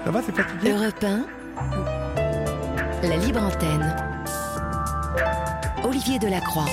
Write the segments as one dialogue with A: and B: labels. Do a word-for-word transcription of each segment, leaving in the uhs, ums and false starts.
A: Ça va, c'est fatigué?
B: Europe un, la libre antenne. Olivier Delacroix.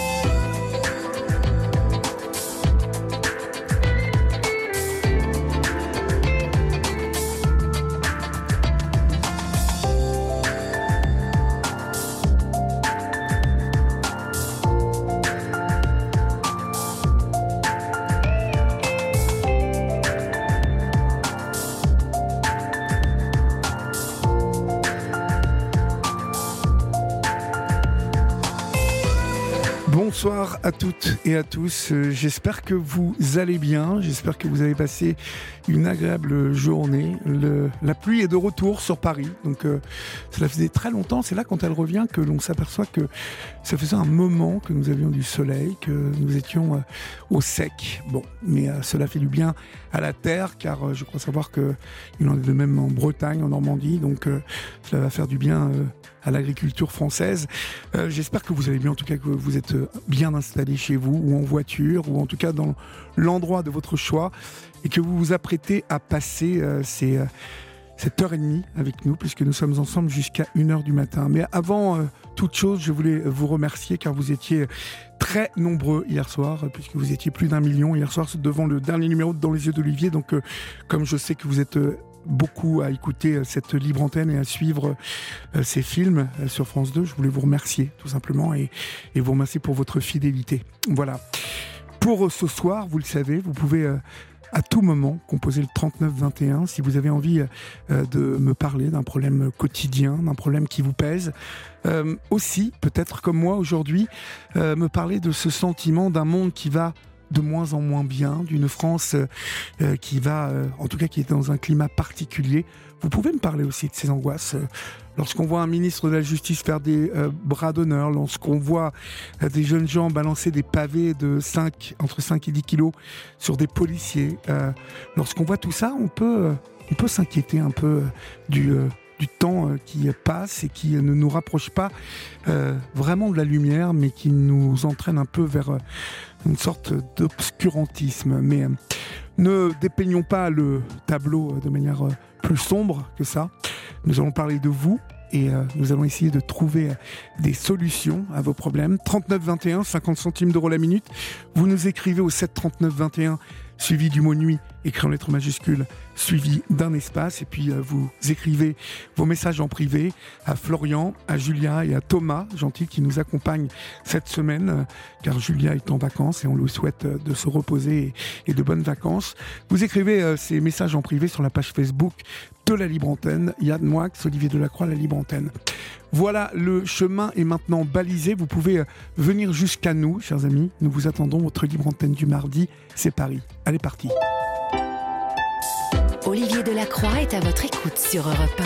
A: Bonsoir à toutes et à tous, euh, j'espère que vous allez bien, j'espère que vous avez passé une agréable journée. Le, la pluie est de retour sur Paris, donc euh, cela faisait très longtemps, c'est là quand elle revient que l'on s'aperçoit que ça faisait un moment que nous avions du soleil, que nous étions euh, au sec. Bon, mais euh, cela fait du bien à la terre, car euh, je crois savoir qu'il en est de même en Bretagne, en Normandie, donc euh, cela va faire du bien euh, à l'agriculture française. Euh, j'espère que vous allez bien, en tout cas que vous êtes bien installé chez vous, ou en voiture, ou en tout cas dans l'endroit de votre choix, et que vous vous apprêtez à passer euh, ces, euh, cette heure et demie avec nous, puisque nous sommes ensemble jusqu'à une heure du matin. Mais avant euh, toute chose, je voulais vous remercier, car vous étiez très nombreux hier soir, puisque vous étiez plus d'un million hier soir devant le dernier numéro de Dans les yeux d'Olivier. Donc euh, comme je sais que vous êtes euh, beaucoup à écouter cette libre antenne et à suivre euh, ces films euh, sur France deux, je voulais vous remercier tout simplement et, et vous remercier pour votre fidélité. Voilà. Pour euh, ce soir, vous le savez, vous pouvez euh, à tout moment composer le trente-neuf vingt et un si vous avez envie euh, de me parler d'un problème quotidien, d'un problème qui vous pèse. Euh, aussi, peut-être comme moi aujourd'hui, euh, me parler de ce sentiment d'un monde qui va de moins en moins bien, d'une France euh, qui va, euh, en tout cas qui est dans un climat particulier. Vous pouvez me parler aussi de ces angoisses. Euh, lorsqu'on voit un ministre de la Justice faire des euh, bras d'honneur, lorsqu'on voit euh, des jeunes gens balancer des pavés de cinq, entre cinq et dix kilos sur des policiers, euh, lorsqu'on voit tout ça, on peut, euh, on peut s'inquiéter un peu euh, du... Euh, du temps qui passe et qui ne nous rapproche pas euh, vraiment de la lumière, mais qui nous entraîne un peu vers euh, une sorte d'obscurantisme. Mais euh, ne dépeignons pas le tableau de manière euh, plus sombre que ça. Nous allons parler de vous et euh, nous allons essayer de trouver euh, des solutions à vos problèmes. trente-neuf vingt et un, cinquante centimes d'euros la minute. Vous nous écrivez au sept trente-neuf vingt et un, suivi du mot nuit, écrit en lettres majuscules, suivi d'un espace, et puis euh, vous écrivez vos messages en privé à Florian, à Julia et à Thomas, gentil, qui nous accompagnent cette semaine, euh, car Julia est en vacances et on lui souhaite euh, de se reposer et, et de bonnes vacances. Vous écrivez euh, ces messages en privé sur la page Facebook de la Libre Antenne, Yann Moix, Olivier Delacroix, la Libre Antenne. Voilà, le chemin est maintenant balisé. Vous pouvez venir jusqu'à nous, chers amis. Nous vous attendons. Votre Libre Antenne du mardi, c'est Paris. Allez, parti.
B: Olivier Delacroix est à votre écoute sur Europe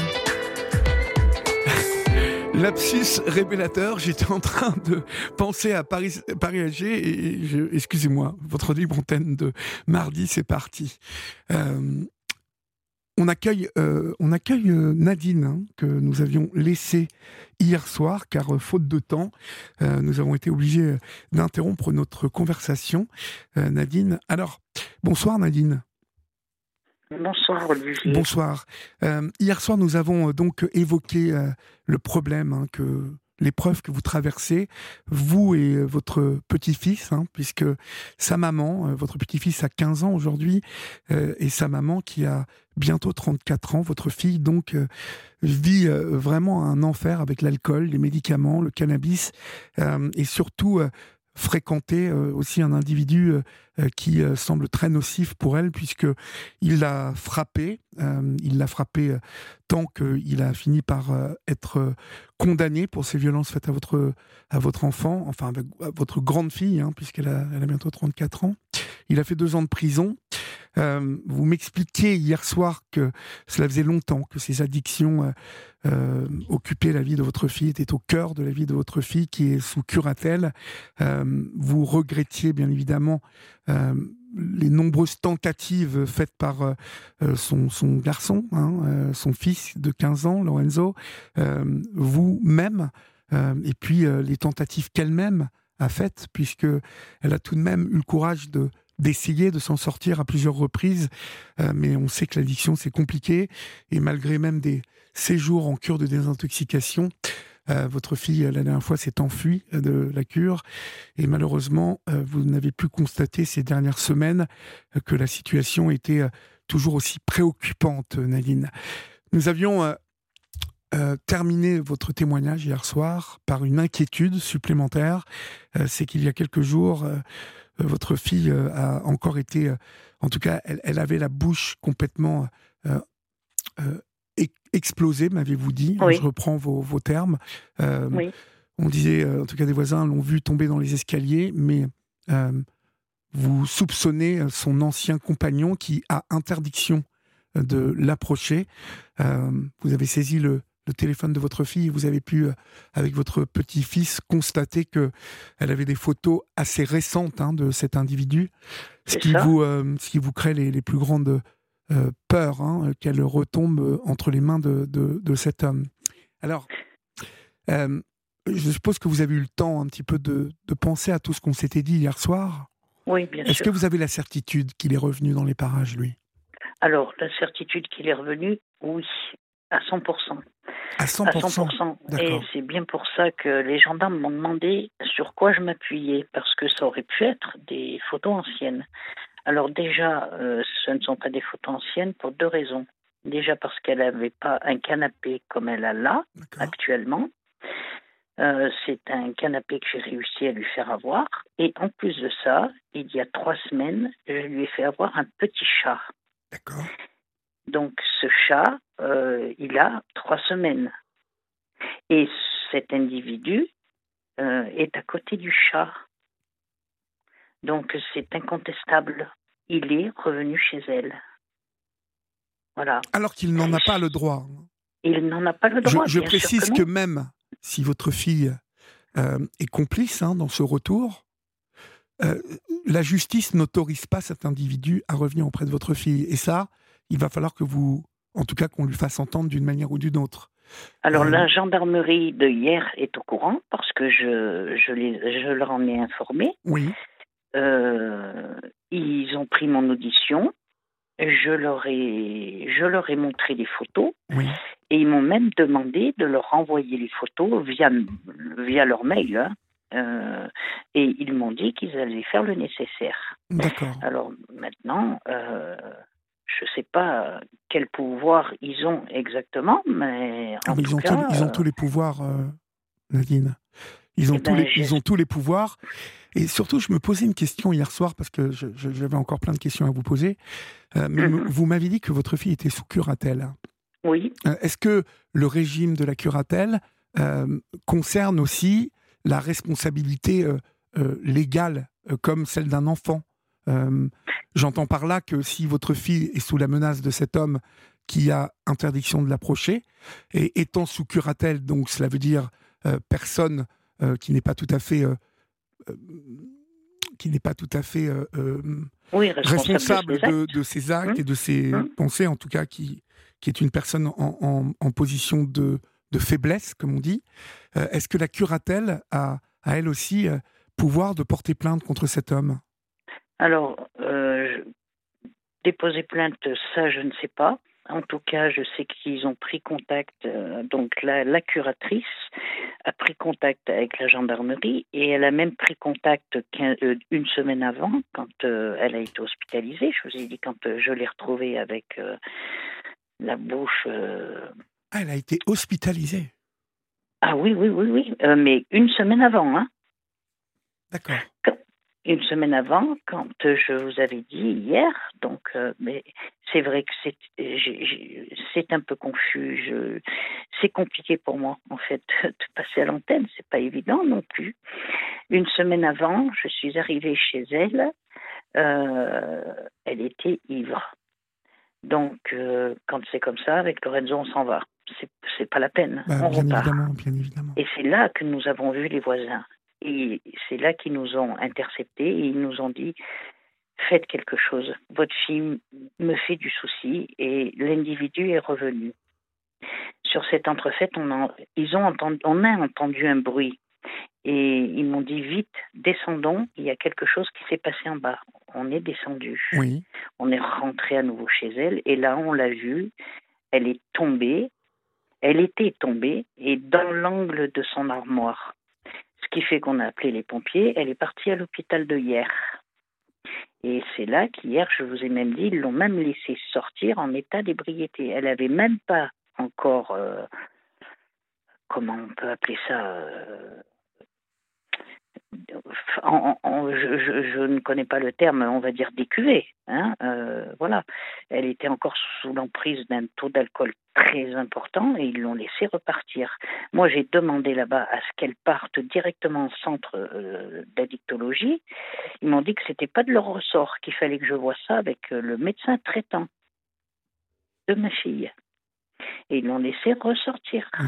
A: un. Lapsus révélateur, j'étais en train de penser à Paris, Paris-Alger et je, excusez-moi, votre Libre Antenne de mardi, c'est parti. Euh, On accueille, euh, on accueille euh, Nadine, hein, que nous avions laissée hier soir, car euh, faute de temps, euh, nous avons été obligés euh, d'interrompre notre conversation. Euh, Nadine, alors, bonsoir Nadine.
C: Bonsoir Olivier.
A: Bonsoir. Euh, hier soir, nous avons euh, donc évoqué euh, le problème hein, que... l'épreuve que vous traversez, vous et votre petit-fils, hein, puisque sa maman, euh, votre petit-fils a quinze ans aujourd'hui, euh, et sa maman qui a bientôt trente-quatre ans, votre fille donc euh, vit euh, vraiment un enfer avec l'alcool, les médicaments, le cannabis, euh, et surtout euh, fréquenter euh, aussi un individu euh, qui euh, semble très nocif pour elle, puisque il l'a frappé, euh, il l'a frappé euh, tant qu'il a fini par euh, être euh, condamné pour ces violences faites à votre, à votre enfant, enfin avec, à votre grande fille, hein, puisqu'elle a, elle a bientôt trente-quatre ans. Il a fait deux ans de prison. Euh, vous m'expliquiez hier soir que cela faisait longtemps que ces addictions euh, euh, occupaient la vie de votre fille, étaient au cœur de la vie de votre fille qui est sous curatelle. Euh, vous regrettiez bien évidemment euh, les nombreuses tentatives faites par euh, son, son garçon, hein, euh, son fils de quinze ans, Lorenzo, euh, vous-même, euh, et puis euh, les tentatives qu'elle-même a faites, puisque elle a tout de même eu le courage de d'essayer de s'en sortir à plusieurs reprises, euh, mais on sait que l'addiction c'est compliqué, et malgré même des séjours en cure de désintoxication, euh, votre fille la dernière fois s'est enfuie de la cure, et malheureusement euh, vous n'avez pu constater ces dernières semaines euh, que la situation était euh, toujours aussi préoccupante, Nadine. Nous avions euh, euh, terminé votre témoignage hier soir par une inquiétude supplémentaire, euh, c'est qu'il y a quelques jours euh, votre fille euh, a encore été, euh, en tout cas, elle, elle avait la bouche complètement euh, euh, e- explosée, m'avez-vous dit.
C: Oui.
A: Je reprends vos, vos termes. Euh,
C: Oui.
A: On disait, euh, en tout cas, des voisins l'ont vu tomber dans les escaliers, mais euh, vous soupçonnez son ancien compagnon qui a interdiction de l'approcher. Euh, vous avez saisi le le téléphone de votre fille, et vous avez pu, euh, avec votre petit-fils, constater que elle avait des photos assez récentes hein, de cet individu, ce qui, vous, euh, ce qui vous crée les, les plus grandes euh, peurs, hein, qu'elle retombe entre les mains de, de, de cet homme. Alors, euh, je suppose que vous avez eu le temps un petit peu de, de penser à tout ce qu'on s'était dit hier soir.
C: Oui, bien
A: Est-ce
C: sûr.
A: que vous avez la certitude qu'il est revenu dans les parages, lui ?
C: Alors, la certitude qu'il est revenu, oui, à cent pour cent.
A: À cent pour cent,
C: à cent pour cent. Et
A: d'accord.
C: c'est bien pour ça que les gendarmes m'ont demandé sur quoi je m'appuyais, parce que ça aurait pu être des photos anciennes. Alors déjà, euh, ce ne sont pas des photos anciennes pour deux raisons. Déjà parce qu'elle n'avait pas un canapé comme elle a là,
A: D'accord.
C: actuellement. Euh, c'est un canapé que j'ai réussi à lui faire avoir. Et en plus de ça, il y a trois semaines, je lui ai fait avoir un petit chat.
A: D'accord.
C: Donc ce chat, euh, il a trois semaines. Et cet individu euh, est à côté du chat. Donc c'est incontestable. Il est revenu chez elle. Voilà.
A: Alors qu'il n'en a pas le droit.
C: Il n'en a pas le droit.
A: Je, je
C: bien
A: précise
C: sûr
A: que,
C: que non.
A: même si votre fille euh, est complice hein, dans ce retour, euh, la justice n'autorise pas cet individu à revenir auprès de votre fille. Et ça, il va falloir que vous, en tout cas, qu'on lui fasse entendre d'une manière ou d'une autre.
C: Alors
A: Euh,
C: la gendarmerie de hier est au courant parce que je, je, les, je leur en ai informé.
A: Oui.
C: Euh, ils ont pris mon audition. Je leur ai, je leur ai montré les photos.
A: Oui.
C: Et ils m'ont même demandé de leur envoyer les photos via, via leur mail. Hein. Euh, et ils m'ont dit qu'ils allaient faire le nécessaire.
A: D'accord.
C: Alors maintenant, euh, je ne sais pas quel pouvoir ils ont exactement, mais en
A: Ah, mais
C: tout
A: ils, ont
C: cas...
A: tous, ils ont tous les pouvoirs, euh, Nadine. Ils ont,
C: eh
A: tous
C: ben,
A: les, ils ont tous les pouvoirs. Et surtout, je me posais une question hier soir, parce que je, je, j'avais encore plein de questions à vous poser. Euh, mais
C: Mhm.
A: vous m'avez dit que votre fille était sous curatelle.
C: Oui.
A: Euh, Est-ce que le régime de la curatelle euh, concerne aussi la responsabilité euh, euh, légale euh, comme celle d'un enfant ? euh, J'entends par là que si votre fille est sous la menace de cet homme qui a interdiction de l'approcher, et étant sous curatelle, donc cela veut dire euh, personne euh, qui n'est pas tout à fait... Euh, euh, qui n'est pas tout à fait euh, euh,
C: Oui, responsable,
A: responsable
C: de ses actes.
A: de, de ses actes
C: Hum,
A: et de ses
C: hum.
A: pensées, en tout cas, qui, qui est une personne en, en, en position de, de faiblesse, comme on dit. Euh, est-ce que la curatelle a, a elle aussi, euh, pouvoir de porter plainte contre cet homme ?
C: Alors, euh, je- déposer plainte, ça, je ne sais pas. En tout cas, je sais qu'ils ont pris contact, euh, donc la, la curatrice a pris contact avec la gendarmerie et elle a même pris contact quin- euh, une semaine avant, quand euh, elle a été hospitalisée. Je vous ai dit quand euh, je l'ai retrouvée avec euh, la bouche... euh,
A: Ah, elle a été hospitalisée.
C: Ah oui, oui, oui, oui, euh, mais une semaine avant, hein.
A: D'accord.
C: Quand- Une semaine avant, quand euh, je vous avais dit hier, donc, euh, mais c'est vrai que c'est, j'ai- j'ai- c'est un peu confus. Je, c'est compliqué pour moi, en fait, de passer à l'antenne. C'est pas évident non plus. Une semaine avant, je suis arrivée chez elle. Euh, elle était ivre. Donc, euh, quand c'est comme ça, avec Lorenzo, on s'en va. C'est, c'est pas la peine.
A: Bah,
C: On
A: bien
C: repart.
A: évidemment, bien évidemment.
C: Et c'est là que nous avons vu les voisins. Et c'est là qu'ils nous ont interceptés et ils nous ont dit « Faites quelque chose. Votre fille me fait du souci et l'individu est revenu. » Sur cette entrefaite, on, a, ils ont entendu, on a entendu un bruit. Et ils m'ont dit, vite, descendons, il y a quelque chose qui s'est passé en bas. On est descendu.
A: Oui.
C: On est rentré à nouveau chez elle, et là, on l'a vue, elle est tombée, elle était tombée, et dans l'angle de son armoire. Ce qui fait qu'on a appelé les pompiers, elle est partie à l'hôpital de Hyères. Et c'est là qu'hier, je vous ai même dit, ils l'ont même laissée sortir en état d'ébriété. Elle n'avait même pas encore, euh, comment on peut appeler ça, euh, en, en, je, je, je ne connais pas le terme, on va dire décuvée. Hein, euh, voilà. Elle était encore sous l'emprise d'un taux d'alcool très important et ils l'ont laissée repartir. Moi, j'ai demandé là-bas à ce qu'elle parte directement au centre euh, d'addictologie. Ils m'ont dit que c'était pas de leur ressort, qu'il fallait que je voie ça avec le médecin traitant de ma fille. Et ils l'ont laissée ressortir. Mmh.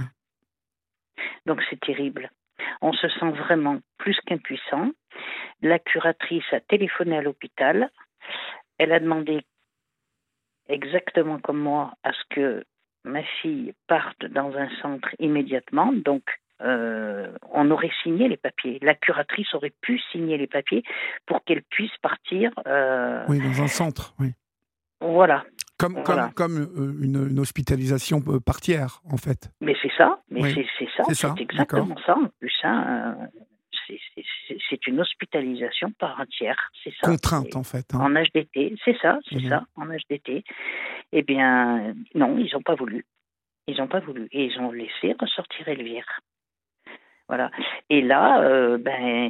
C: Donc c'est terrible. On se sent vraiment plus qu'impuissant. La curatrice a téléphoné à l'hôpital. Elle a demandé, exactement comme moi, à ce que ma fille parte dans un centre immédiatement. Donc, euh, on aurait signé les papiers. La curatrice aurait pu signer les papiers pour qu'elle puisse partir. Euh...
A: Oui, dans un centre, oui.
C: Voilà.
A: Comme,
C: voilà.
A: comme, comme une, une hospitalisation par tiers, en fait.
C: Mais c'est ça, mais
A: oui.
C: c'est, c'est ça, c'est, ça, c'est exactement d'accord. ça. En plus, hein, c'est, c'est, c'est une hospitalisation par un tiers, c'est ça.
A: Contrainte,
C: c'est,
A: en fait. Hein.
C: En H D T, c'est ça, c'est mmh. ça, en H D T. Eh bien, non, ils n'ont pas voulu. Ils n'ont pas voulu. Et ils ont laissé ressortir Elvire. Voilà. Et là, euh, ben,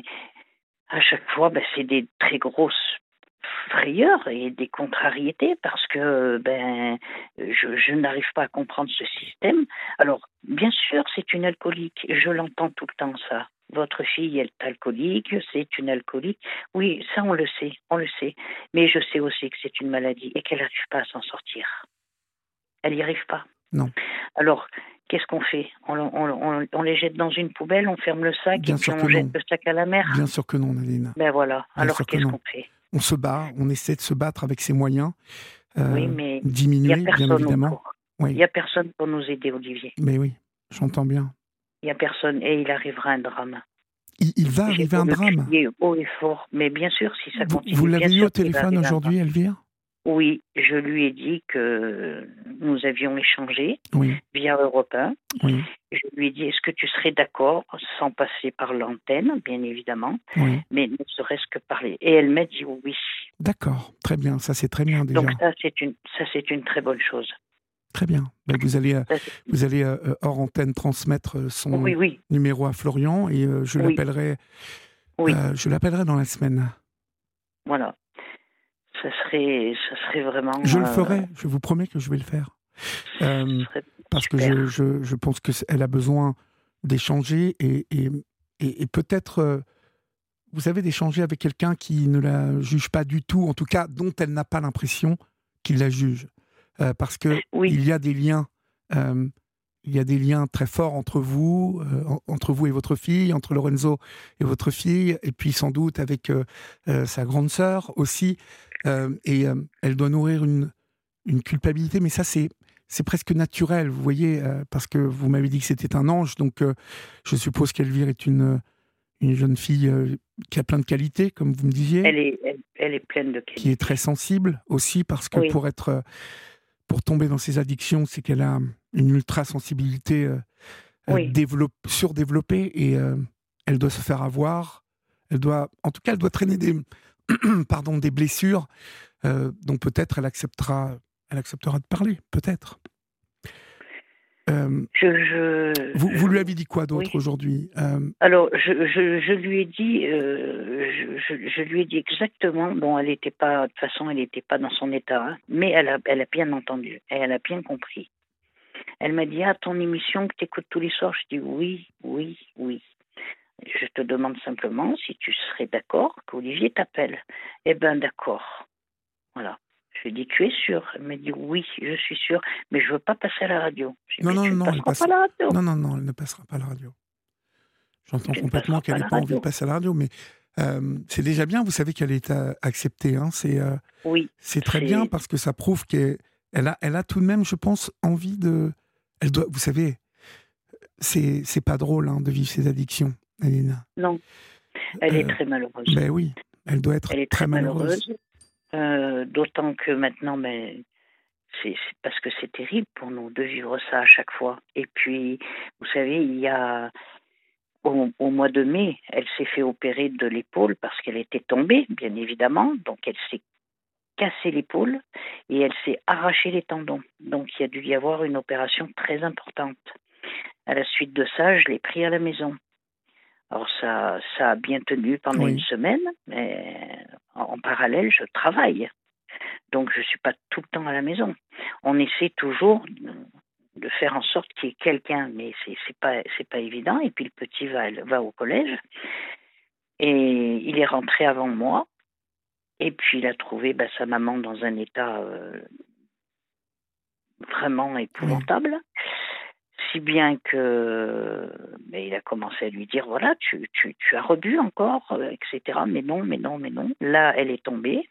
C: à chaque fois, ben, c'est des très grosses frayeur et des contrariétés parce que ben je, je n'arrive pas à comprendre ce système. Alors bien sûr c'est une alcoolique, je l'entends tout le temps ça. Votre fille est alcoolique, c'est une alcoolique. Oui, ça on le sait, on le sait. Mais je sais aussi que c'est une maladie et qu'elle n'arrive pas à s'en sortir. Elle n'y arrive pas.
A: Non.
C: Alors qu'est-ce qu'on fait ? on, on, on, on les jette dans une poubelle, on ferme le sac
A: bien
C: et puis on jette non. le sac à la mer.
A: Bien sûr que non, Nadine.
C: Ben voilà.
A: Bien
C: Alors qu'est-ce qu'on fait ?
A: On se bat, on essaie de se battre avec ses moyens, euh,
C: oui, mais
A: diminuer, bien évidemment.
C: Il
A: oui.
C: n'y a personne pour nous aider, Olivier.
A: Mais oui, j'entends bien.
C: Il n'y a personne, et il arrivera un drame.
A: Il, il va
C: J'ai
A: arriver un drame
C: haut et fort, mais bien sûr, si ça
A: vous,
C: continue...
A: Vous l'avez eu
C: au
A: téléphone aujourd'hui, Elvire ?
C: Oui, je lui ai dit que nous avions échangé
A: oui.
C: via Europe un.
A: Oui.
C: Je lui ai dit, est-ce que tu serais d'accord, sans passer par l'antenne, bien évidemment,
A: oui.
C: mais ne serait-ce que parler. Et elle m'a dit oui.
A: D'accord, très bien, ça c'est très bien déjà.
C: Donc ça c'est une, ça, c'est une très bonne chose.
A: Très bien. Ben, vous allez, euh, vous allez euh, hors antenne transmettre son
C: oui, oui.
A: numéro à Florian et euh, je,
C: oui.
A: l'appellerai,
C: oui.
A: euh, je l'appellerai dans la semaine.
C: Voilà. Ça serait, ça serait vraiment...
A: Je
C: euh...
A: le ferai, je vous promets que je vais le faire. Euh, parce que je, je, je pense qu'elle a besoin d'échanger et, et, et, et peut-être, euh, vous savez, d'échanger avec quelqu'un qui ne la juge pas du tout, en tout cas dont elle n'a pas l'impression qu'il la juge. Euh, parce qu'il
C: oui.
A: y a des liens... Euh, il y a des liens très forts entre vous, euh, entre vous et votre fille, entre Lorenzo et votre fille, et puis sans doute avec euh, euh, sa grande sœur aussi. Euh, et euh, elle doit nourrir une, une culpabilité, mais ça c'est, c'est presque naturel, vous voyez, euh, parce que vous m'avez dit que c'était un ange, donc euh, je suppose qu'Elvire est une, une jeune fille euh, qui a plein de qualités, comme vous me disiez.
C: Elle est, elle, elle est pleine de qualités.
A: Qui est très sensible aussi, parce que oui. pour être... Euh, pour tomber dans ses addictions, c'est qu'elle a une ultra-sensibilité euh, oui. développe, surdéveloppée et euh, elle doit se faire avoir. Elle doit, en tout cas, elle doit traîner des, pardon, des blessures. Euh, donc peut-être elle acceptera, elle acceptera de parler, peut-être. Euh,
C: je, je,
A: vous,
C: je,
A: vous lui avez dit quoi d'autre
C: oui.
A: aujourd'hui euh,
C: Alors, je, je, je lui ai dit, euh, je, je, je lui ai dit exactement. Bon, elle n'était pas, de toute façon, elle n'était pas dans son état, hein, mais elle a, elle a bien entendu, et elle a bien compris. Elle m'a dit, ah, ton émission que tu écoutes tous les soirs. Je dis oui, oui, oui. Je te demande simplement si tu serais d'accord qu'Olivier t'appelle. Eh ben, d'accord. Voilà. Je lui ai dit, tu es sûre ? Elle m'a dit, oui, je suis sûre, mais je ne veux pas passer à la radio. Dit,
A: non, non,
C: tu
A: non,
C: ne
A: elle
C: passeras
A: passe...
C: pas à la radio.
A: Non, non, non, elle ne passera pas à la radio. J'entends
C: tu
A: complètement qu'elle n'ait pas envie de passer à la radio, mais euh, c'est déjà bien, vous savez qu'elle est euh, acceptée. Hein, c'est, euh,
C: oui.
A: C'est très
C: c'est...
A: bien parce que ça prouve qu'elle elle a, elle a tout de même, je pense, envie de... Elle doit, vous savez, c'est, c'est pas drôle hein, de vivre ses addictions. Aline.
C: Non, elle
A: Euh,
C: est très malheureuse.
A: Ben oui, elle doit être
C: Elle est
A: très
C: très
A: malheureuse.
C: malheureuse, euh, d'autant que maintenant, ben, c'est c'est parce que c'est terrible pour nous de vivre ça à chaque fois. Et puis, vous savez, il y a au, au mois de mai, elle s'est fait opérer de l'épaule parce qu'elle était tombée, bien évidemment. Donc, elle s'est cassé l'épaule et elle s'est arraché les tendons. Donc, il y a dû y avoir une opération très importante. À la suite de ça, je l'ai pris à la maison. Alors, ça, ça a bien tenu pendant une
A: Oui,
C: semaine, mais en, en parallèle, je travaille. Donc, je ne suis pas tout le temps à la maison. On essaie toujours de faire en sorte qu'il y ait quelqu'un, mais c'est c'est pas c'est pas évident. Et puis le petit va va au collège et il est rentré avant moi. Et puis il a trouvé bah, sa maman dans un état euh, vraiment
A: oui.
C: épouvantable, si bien que mais il a commencé à lui dire voilà tu tu tu as rebu encore, euh, et cetera. Mais non, mais non, mais non. Là, elle est tombée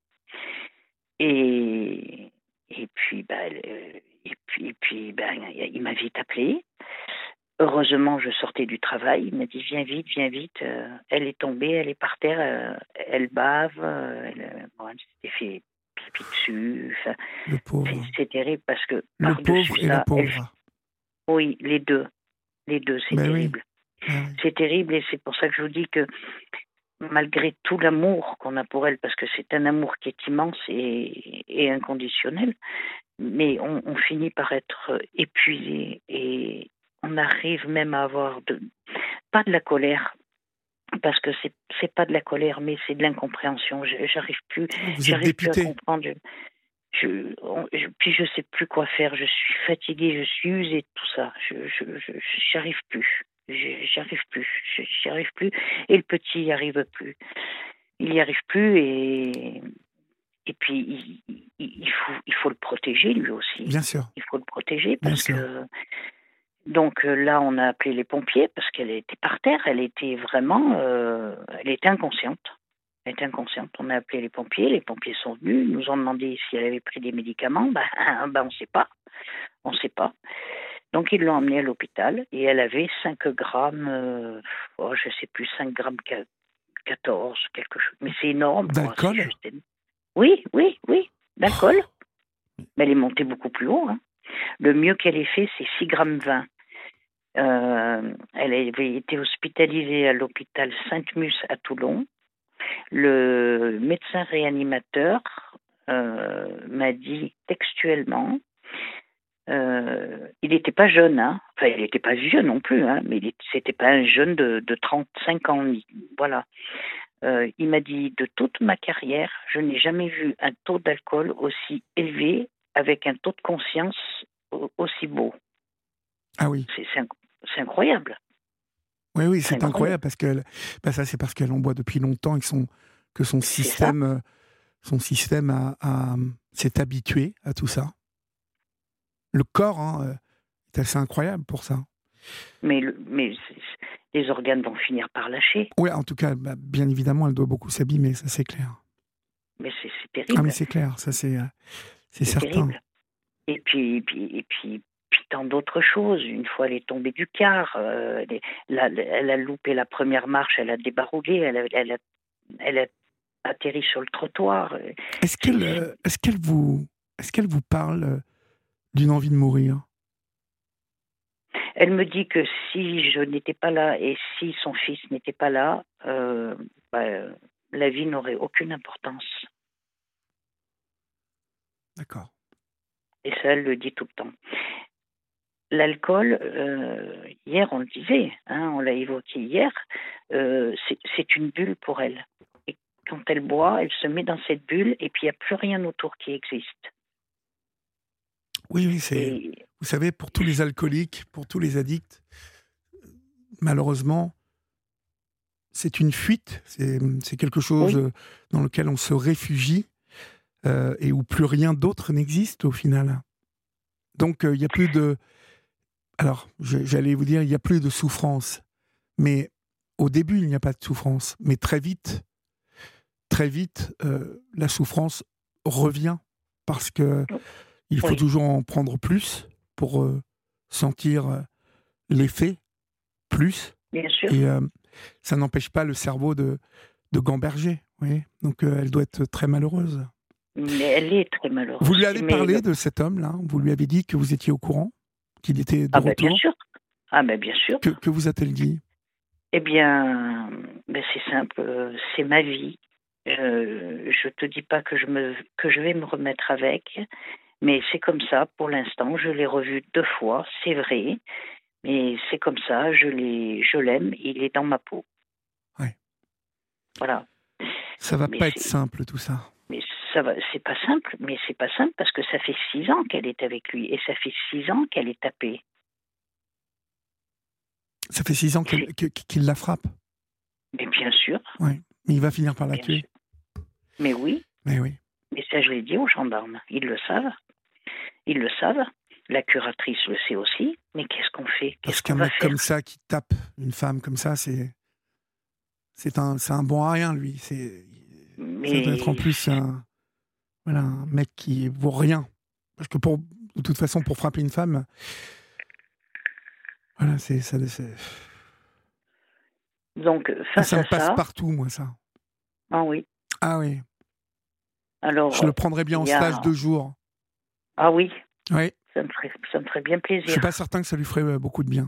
C: et et puis bah elle, euh, et puis et puis bah, il m'a vite appelé. Heureusement, je sortais du travail. Il m'a dit viens vite, viens vite. Euh, elle est tombée, elle est par terre, euh, elle bave, euh, elle, euh, bon, elle s'était fait pipi dessus. Enfin,
A: Le
C: c'est,
A: pauvre.
C: c'est terrible parce que
A: Le
C: par-dessus
A: pauvre et la
C: ça, elle,
A: pauvre.
C: oui, les deux, les deux, c'est
A: Ben oui,
C: terrible.
A: ben oui.
C: C'est terrible et c'est pour ça que je vous dis que malgré tout l'amour qu'on a pour elle, parce que c'est un amour qui est immense et, et inconditionnel, mais on, on finit par être épuisé et on arrive même à avoir de, pas de la colère, parce que c'est c'est pas de la colère, mais c'est de l'incompréhension. Je- J'arrive plus,
A: Vous êtes
C: j'arrive plus à
A: député.
C: comprendre. Je, je, on- je- puis je sais plus quoi faire. Je suis fatiguée, je suis usée de tout ça. Je, je, je j'y arrive plus. Je- J'y arrive plus. Je- J'y arrive plus. Et le petit y arrive plus. Il y arrive plus et et puis il, il, il faut il faut le protéger lui aussi.
A: Bien sûr,
C: Il faut le protéger
A: bien
C: parce
A: sûr.
C: que donc euh, là, on a appelé les pompiers parce qu'elle était par terre. Elle était vraiment, euh, elle était inconsciente. Elle était inconsciente. On a appelé les pompiers. Les pompiers sont venus. Ils nous ont demandé si elle avait pris des médicaments. Ben, ben on ne sait pas. On ne sait pas. Donc ils l'ont emmenée à l'hôpital et elle avait cinq grammes, euh, oh, je ne sais plus, cinq grammes quatorze, quelque chose. Mais c'est énorme, quoi. C'est
A: D'alcool?
C: juste énorme. Oui, oui, oui, d'alcool. Mais elle est montée beaucoup plus haut. Hein. Le mieux qu'elle ait fait, c'est six grammes vingt. Euh, elle avait été hospitalisée à l'hôpital Sainte-Mus à Toulon. Le médecin réanimateur euh, m'a dit textuellement, euh, il n'était pas jeune, hein. Enfin il n'était pas vieux non plus, hein, mais il c'était pas un jeune de, de trente-cinq ans, voilà. Euh, il m'a dit de toute ma carrière, je n'ai jamais vu un taux d'alcool aussi élevé avec un taux de conscience aussi beau.
A: Ah oui.
C: C'est, c'est, c'est incroyable.
A: Oui, oui,
C: C'est
A: c'est
C: incroyable.
A: incroyable parce que bah ça, c'est parce qu'elle en boit depuis longtemps et que son, que son
C: C'est ça.
A: système, euh, son système a, a- s'est habitué à tout ça. Le corps hein, euh, est assez incroyable pour ça.
C: Mais, le, mais les organes vont finir par lâcher.
A: Oui, en tout cas, bah, bien évidemment, elle doit beaucoup s'abîmer, ça c'est clair.
C: Mais c'est, c'est
A: Ah mais
C: terrible.
A: c'est clair, ça c'est, euh, c'est
C: C'est
A: certain.
C: terrible. Et puis, et puis, et puis, puis tant d'autres choses. Une fois, elle est tombée du car. Euh, elle, est- la- elle a loupé la première marche. Elle a débaroulé. Elle a, elle a, elle a atterri sur le trottoir.
A: Est-ce
C: C'est,
A: qu'elle, euh, est-ce qu'elle vous, est-ce qu'elle vous parle euh, d'une envie de mourir?
C: Elle me dit que si je n'étais pas là et si son fils n'était pas là, euh, bah, la vie n'aurait aucune importance.
A: D'accord.
C: Et ça, elle le dit tout le temps. L'alcool, euh, hier on le disait, hein, on l'a évoqué hier, euh, c'est, c'est une bulle pour elle. Et quand elle boit, elle se met dans cette bulle et puis il n'y a plus rien autour qui existe.
A: Oui, oui, c'est.
C: Et
A: Vous savez, pour tous les alcooliques, pour tous les addicts, malheureusement, c'est une fuite. C'est, c'est quelque chose
C: oui,
A: dans lequel on se réfugie euh, et où plus rien d'autre n'existe au final. Donc, il n'y a plus de. Alors, je- j'allais vous dire, il n'y a plus de souffrance. Mais au début, il n'y a pas de souffrance. Mais très vite, très vite, euh, la souffrance revient parce que il faut
C: oui,
A: toujours en prendre plus pour euh, sentir euh, l'effet plus.
C: bien sûr.
A: Et, euh, ça n'empêche pas le cerveau de, de gamberger. Vous voyez, donc euh, elle doit être très malheureuse.
C: Mais elle est très malheureuse.
A: Vous lui avez
C: mais
A: parlé
C: le...
A: de cet homme-là? Vous lui avez dit que vous étiez au courant? Qu'il était de
C: Ah ben
A: retour?
C: bien sûr. Ah ben bien sûr.
A: Que, que vous a-t-elle dit?
C: Eh bien, ben c'est simple, euh, c'est ma vie. Euh, je te dis pas que je me que je vais me remettre avec, mais c'est comme ça pour l'instant. Je l'ai revu deux fois, c'est vrai, mais c'est comme ça. Je l'ai, je l'aime. Il est dans ma peau.
A: Ouais.
C: Voilà.
A: Ça va
C: Mais
A: pas être
C: c'est-
A: simple tout ça.
C: Mais ça va, c'est pas simple. Mais c'est pas simple parce que ça fait six ans qu'elle est avec lui et ça fait six ans qu'elle est tapée.
A: Ça fait six ans qu'elle-
C: C'est-
A: que- qu'il la frappe.
C: Mais bien sûr,
A: Ouais. Mais il va finir par la
C: bien
A: tuer.
C: sûr. Mais oui.
A: Mais oui.
C: Mais ça, je l'ai dit aux gendarmes. Ils le savent. Ils le savent. La curatrice le sait aussi. Mais qu'est-ce qu'on fait?
A: Parce
C: Qu'est-ce
A: qu'un
C: qu'on va
A: mec
C: faire?
A: comme ça qui tape une femme comme ça, c'est c'est un c'est un bon à rien lui. C'est ça
C: Mais
A: doit être en plus un voilà un mec qui vaut rien. Parce que pour de toute façon pour frapper une femme, voilà c'est ça. c'est-
C: donc
A: Ah,
C: face
A: ça
C: à
A: me passe
C: ça,
A: partout moi ça.
C: ah oui.
A: Ah oui.
C: Alors
A: Je le prendrais bien en
C: il y a-
A: stage deux jours.
C: ah oui,
A: Oui.
C: ça me ferait, ça me ferait bien
A: Je suis
C: plaisir.
A: pas certain que ça lui ferait euh, beaucoup de bien.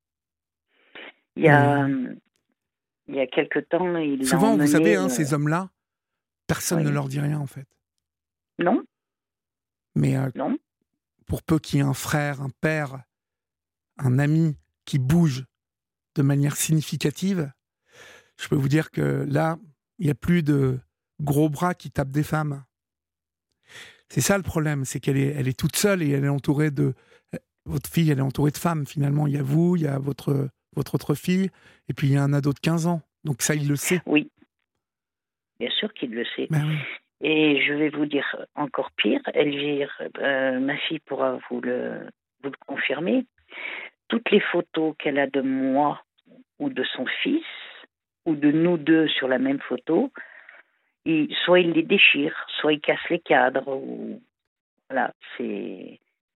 C: Il y a euh, il y a quelque temps, il l'a
A: Souvent, vous
C: emmené,
A: savez, hein,
C: euh,
A: ces hommes-là, personne
C: oui.
A: ne leur dit rien en fait.
C: non,
A: Mais euh,
C: non,
A: pour peu qu'il y ait un frère, un père, un ami qui bouge de manière significative, je peux vous dire que là, il n'y a plus de gros bras qui tapent des femmes. C'est ça le problème, c'est qu'elle est, elle est toute seule et elle est entourée de... Votre fille, elle est entourée de femmes finalement. Il y a vous, il y a votre, votre autre fille, et puis il y a un ado de quinze ans. Donc ça, il le sait.
C: oui. Bien sûr qu'il le sait.
A: Ben oui.
C: Et je vais vous dire encore pire, Elvire, euh, ma fille pourra vous le, vous le confirmer. Toutes les photos qu'elle a de moi ou de son fils, ou de nous deux sur la même photo, il, soit il les déchire, soit il casse les cadres. Ou... Voilà, c'est...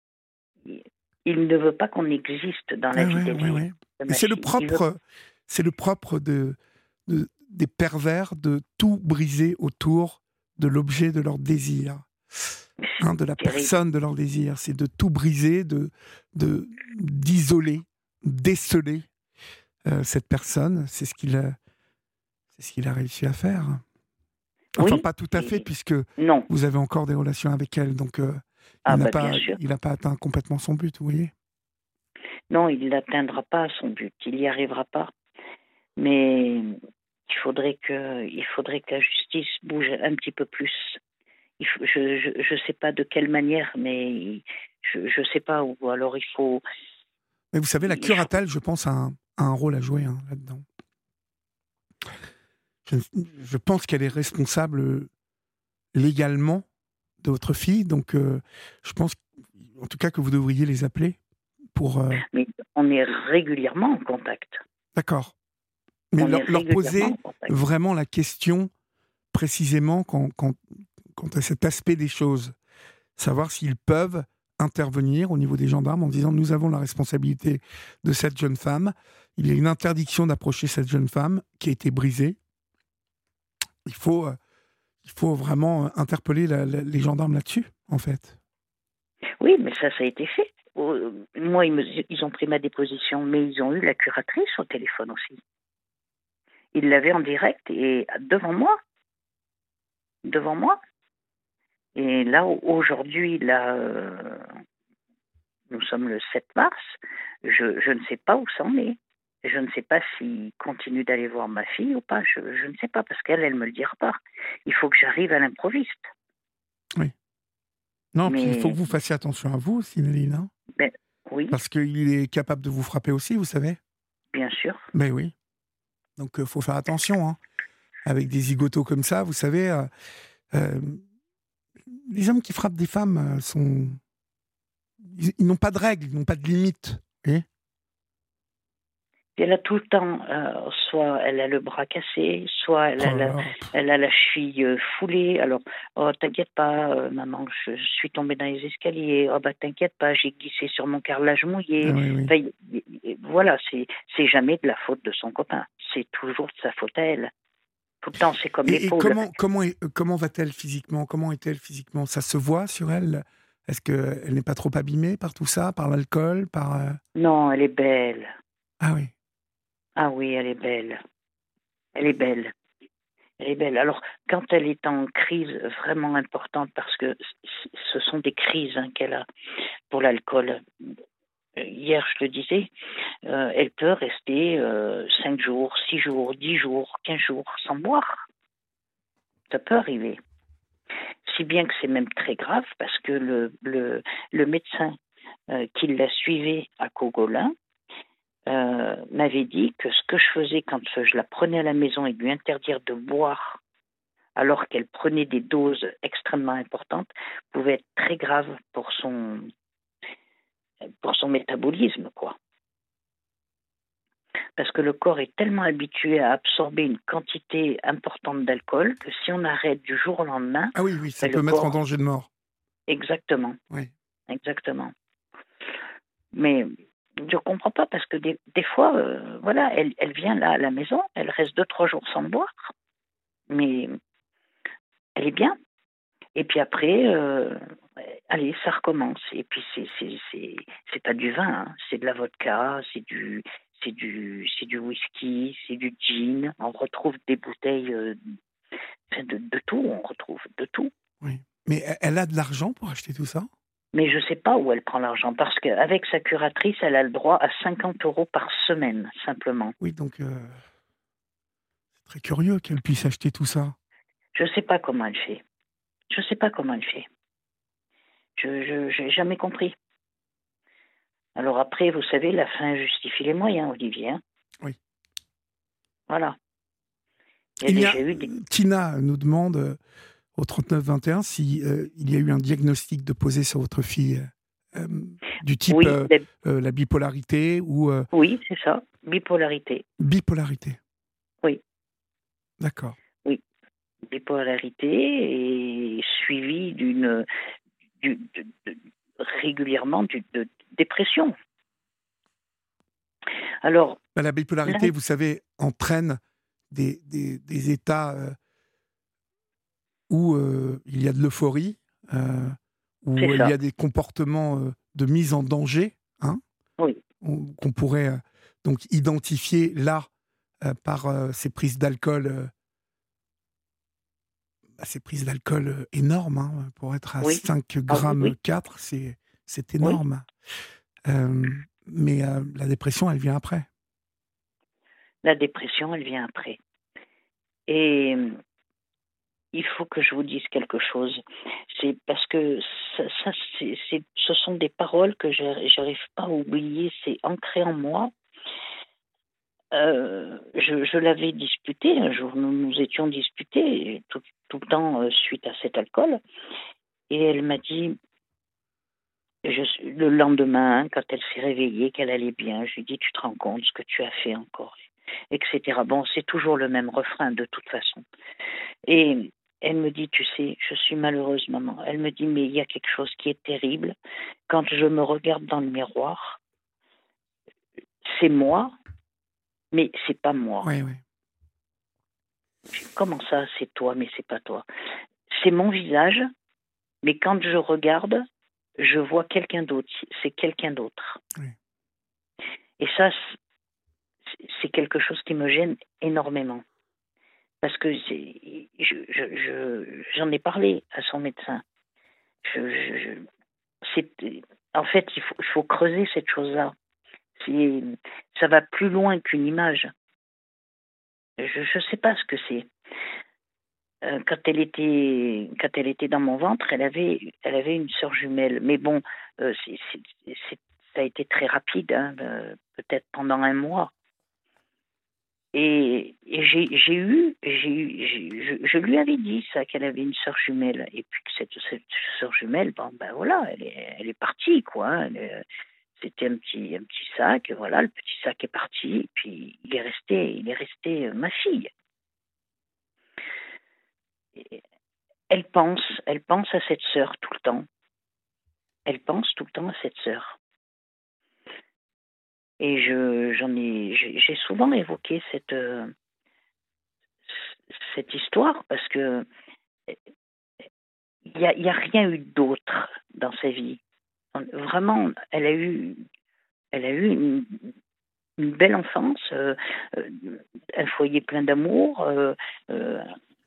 C: Il ne veut pas qu'on existe dans la
A: Ouais,
C: vie
A: ouais,
C: d'Elvire.
A: ouais, ouais.
C: de
A: Et
C: ma
A: c'est le
C: fille. Il veut-
A: propre, c'est le propre de, de- des pervers de tout briser autour de l'objet de leur désir, hein, de la
C: terrible.
A: personne de leur désir. C'est de tout briser, de, de d'isoler, déceler euh, cette personne. C'est ce qu'il a, c'est ce qu'il a réussi à faire. Enfin,
C: Oui,
A: pas tout à fait,
C: et-
A: puisque
C: Non.
A: vous avez encore des relations avec elle, donc euh,
C: Ah
A: il n'a
C: bah,
A: pas,
C: bien sûr.
A: il n'a pas atteint complètement son but, vous voyez.
C: Non, il n'atteindra pas son but. Il n'y arrivera pas. Mais il faudrait que, il faudrait que la justice bouge un petit peu plus. Il faut- je ne sais pas de quelle manière, mais je ne sais pas. Ou alors il faut...
A: Mais vous savez, la
C: Il faut-
A: curatelle, je pense, a un, a un rôle à jouer hein, là-dedans. Je, je pense qu'elle est responsable euh, légalement de votre fille, donc euh, je pense, en tout cas, que vous devriez les appeler pour. euh,
C: Mais on est régulièrement en contact.
A: D'accord. Mais
C: On
A: leur,
C: est
A: leur
C: régulièrement
A: poser
C: en contact.
A: vraiment la question précisément quand, quand, quant à cet aspect des choses, savoir s'ils peuvent intervenir au niveau des gendarmes en disant nous avons la responsabilité de cette jeune femme, il y a une interdiction d'approcher cette jeune femme qui a été brisée. Il faut, euh, il faut vraiment interpeller la- la- les gendarmes là-dessus, en fait.
C: Oui, mais ça, ça a été fait. Euh, Moi, ils, me- ils ont pris ma déposition, mais ils ont eu la curatrice au téléphone aussi. Ils l'avaient en direct et devant moi. Devant moi. Et là, aujourd'hui, là, euh, nous sommes le sept mars, je, je ne sais pas où ça en est. Je ne sais pas s'il continue d'aller voir ma fille ou pas. Je, je ne sais pas, parce qu'elle, elle ne me le dira pas. Il faut que j'arrive à l'improviste.
A: Non, puis il
C: Mais-
A: faut que vous fassiez attention à vous aussi, Méline, hein,
C: Ben, oui,
A: parce qu'il est capable de vous frapper aussi, vous savez.
C: bien sûr.
A: Ben oui. Donc, il faut faire attention. Hein. Avec des zigotos comme ça, vous savez, euh, euh, les hommes qui frappent des femmes euh, sont... Ils, ils n'ont pas de règles, ils n'ont pas de limites. Vous voyez ?
C: Elle a tout le temps, euh, soit elle a le bras cassé, soit elle
A: Oh
C: a
A: là
C: la,
A: là.
C: elle a la cheville euh, foulée. Alors, oh, t'inquiète pas, euh, maman, je, je suis tombée dans les escaliers. Oh, bah, t'inquiète pas, j'ai glissé sur mon carrelage mouillé.
A: Ah oui, oui.
C: Enfin, y- y- y- voilà, c'est, c'est jamais de la faute de son copain. C'est toujours de sa faute à elle. Tout le temps, c'est comme
A: Et, et
C: l'épaule.
A: comment, comment, est- euh, comment va-t-elle physiquement? Comment est-elle physiquement? Ça se voit sur elle? Est-ce qu'elle n'est pas trop abîmée par tout ça, par l'alcool, par... euh,
C: Non, elle est belle.
A: Ah oui,
C: Ah oui, elle est belle. Elle est belle. Elle est belle. Alors, quand elle est en crise vraiment importante, parce que c- ce sont des crises hein, qu'elle a pour l'alcool. Euh, Hier, je le disais, euh, elle peut rester euh, cinq jours, six jours, dix jours, quinze jours sans boire. Ça peut arriver. Si bien que c'est même très grave parce que le, le, le médecin euh, qui la suivait à Cogolin euh, m'avait dit que ce que je faisais quand je la prenais à la maison et lui interdire de boire alors qu'elle prenait des doses extrêmement importantes pouvait être très grave pour son, pour son métabolisme, quoi. Parce que le corps est tellement habitué à absorber une quantité importante d'alcool que si on arrête du jour au lendemain,
A: ah oui, oui, ça
C: ben le
A: peut mettre en
C: corps,
A: danger de mort.
C: exactement,
A: Oui.
C: exactement. Mais je comprends pas parce que des, des fois, euh, voilà, elle, elle vient là à la maison, elle reste deux trois jours sans boire, mais elle est bien. Et puis après, euh, allez, ça recommence. Et puis c'est c'est c'est c'est pas du vin, hein, c'est de la vodka, c'est du c'est du c'est du whisky, c'est du gin. On retrouve des bouteilles euh, enfin, de, de tout, on retrouve de tout.
A: Oui. Mais elle elle a de l'argent pour acheter tout ça?
C: Mais je sais pas où elle prend l'argent parce qu'avec sa curatrice, elle a le droit à cinquante euros par semaine simplement.
A: Oui, donc euh, c'est très curieux qu'elle puisse acheter tout ça.
C: Je sais pas comment elle fait. Je sais pas comment elle fait. Je je j'ai jamais compris. Alors après, vous savez, la fin justifie les moyens, Olivier. Hein.
A: Oui.
C: Voilà. Il y a
A: Il y a,
C: déjà eu des...
A: Tina nous demande euh, au trente-neuf vingt et un si euh, il y a eu un diagnostic de posé sur votre fille euh, euh, du type
C: Oui,
A: euh,
C: la-
A: euh, la bipolarité ou euh,
C: oui, c'est ça. Bipolarité.
A: bipolarité.
C: Oui,
A: D'accord.
C: oui. Bipolarité et suivi d'une... du- de- de- régulièrement du- de dépression. Alors,
A: Bah, la
C: là,
A: bipolarité, vous savez, entraîne des, des, des états euh, où euh, il y a de l'euphorie, euh,
C: c'est
A: où il y
C: ça.
A: a des comportements euh, de mise en danger, hein,
C: Oui,
A: on- qu'on pourrait euh, donc identifier là euh, par euh, ces prises d'alcool, euh, bah, ces prises d'alcool euh, énormes, hein, pour être à
C: oui.
A: cinq
C: Ah oui,
A: grammes
C: oui,
A: quatre, c'est c'est
C: oui.
A: énorme. Euh, mais euh, la dépression, elle vient après.
C: La dépression, elle vient après. Et euh, il faut que je vous dise quelque chose. C'est parce que ça, ça c'est, c'est, ce sont des paroles que je n'arrive pas à oublier. C'est ancré en moi. Euh, je, je l'avais disputé, un jour nous nous étions disputés tout, tout le temps euh, suite à cet alcool. Et elle m'a dit, je, le lendemain, hein, quand elle s'est réveillée, qu'elle allait bien, je lui ai dit, tu te rends compte ce que tu as fait encore, et cetera. Bon, c'est toujours le même refrain de toute façon. Et elle me dit, tu sais, je suis malheureuse, maman. Elle me dit, mais il y a quelque chose qui est terrible. Quand je me regarde dans le miroir, c'est moi, mais c'est pas moi.
A: Oui, oui.
C: Comment ça, c'est toi, mais c'est pas toi? C'est mon visage, mais quand je regarde, je vois quelqu'un d'autre. C'est quelqu'un d'autre.
A: Oui.
C: Et ça, c'est quelque chose qui me gêne énormément. Parce que c'est, je, je, je, j'en ai parlé à son médecin. Je, je, je, c'est, en fait, il faut, il faut creuser cette chose-là. C'est, ça va plus loin qu'une image. Je ne sais pas ce que c'est. Euh, quand elle était, quand elle était dans mon ventre, elle avait, elle avait une sœur jumelle. Mais bon, euh, c'est, c'est, c'est, ça a été très rapide, hein, euh, peut-être pendant un mois. Et, et j'ai, j'ai eu, j'ai eu j'ai, je, je lui avais dit ça, qu'elle avait une sœur jumelle. Et puis que cette, cette sœur jumelle, bon, ben voilà, elle est, elle est partie, quoi. Elle est, c'était un petit, un petit sac. Voilà, le petit sac est parti. Et puis, il est resté, il est resté ma fille. Et elle pense, elle pense à cette sœur tout le temps. Elle pense tout le temps à cette sœur. Et je, j'en ai, j'ai, j'ai souvent évoqué cette, euh, cette histoire parce que il n'y a, y a rien eu d'autre dans sa vie. Vraiment, elle a eu, elle a eu une, une belle enfance, euh, euh, un foyer plein d'amour. Euh, euh,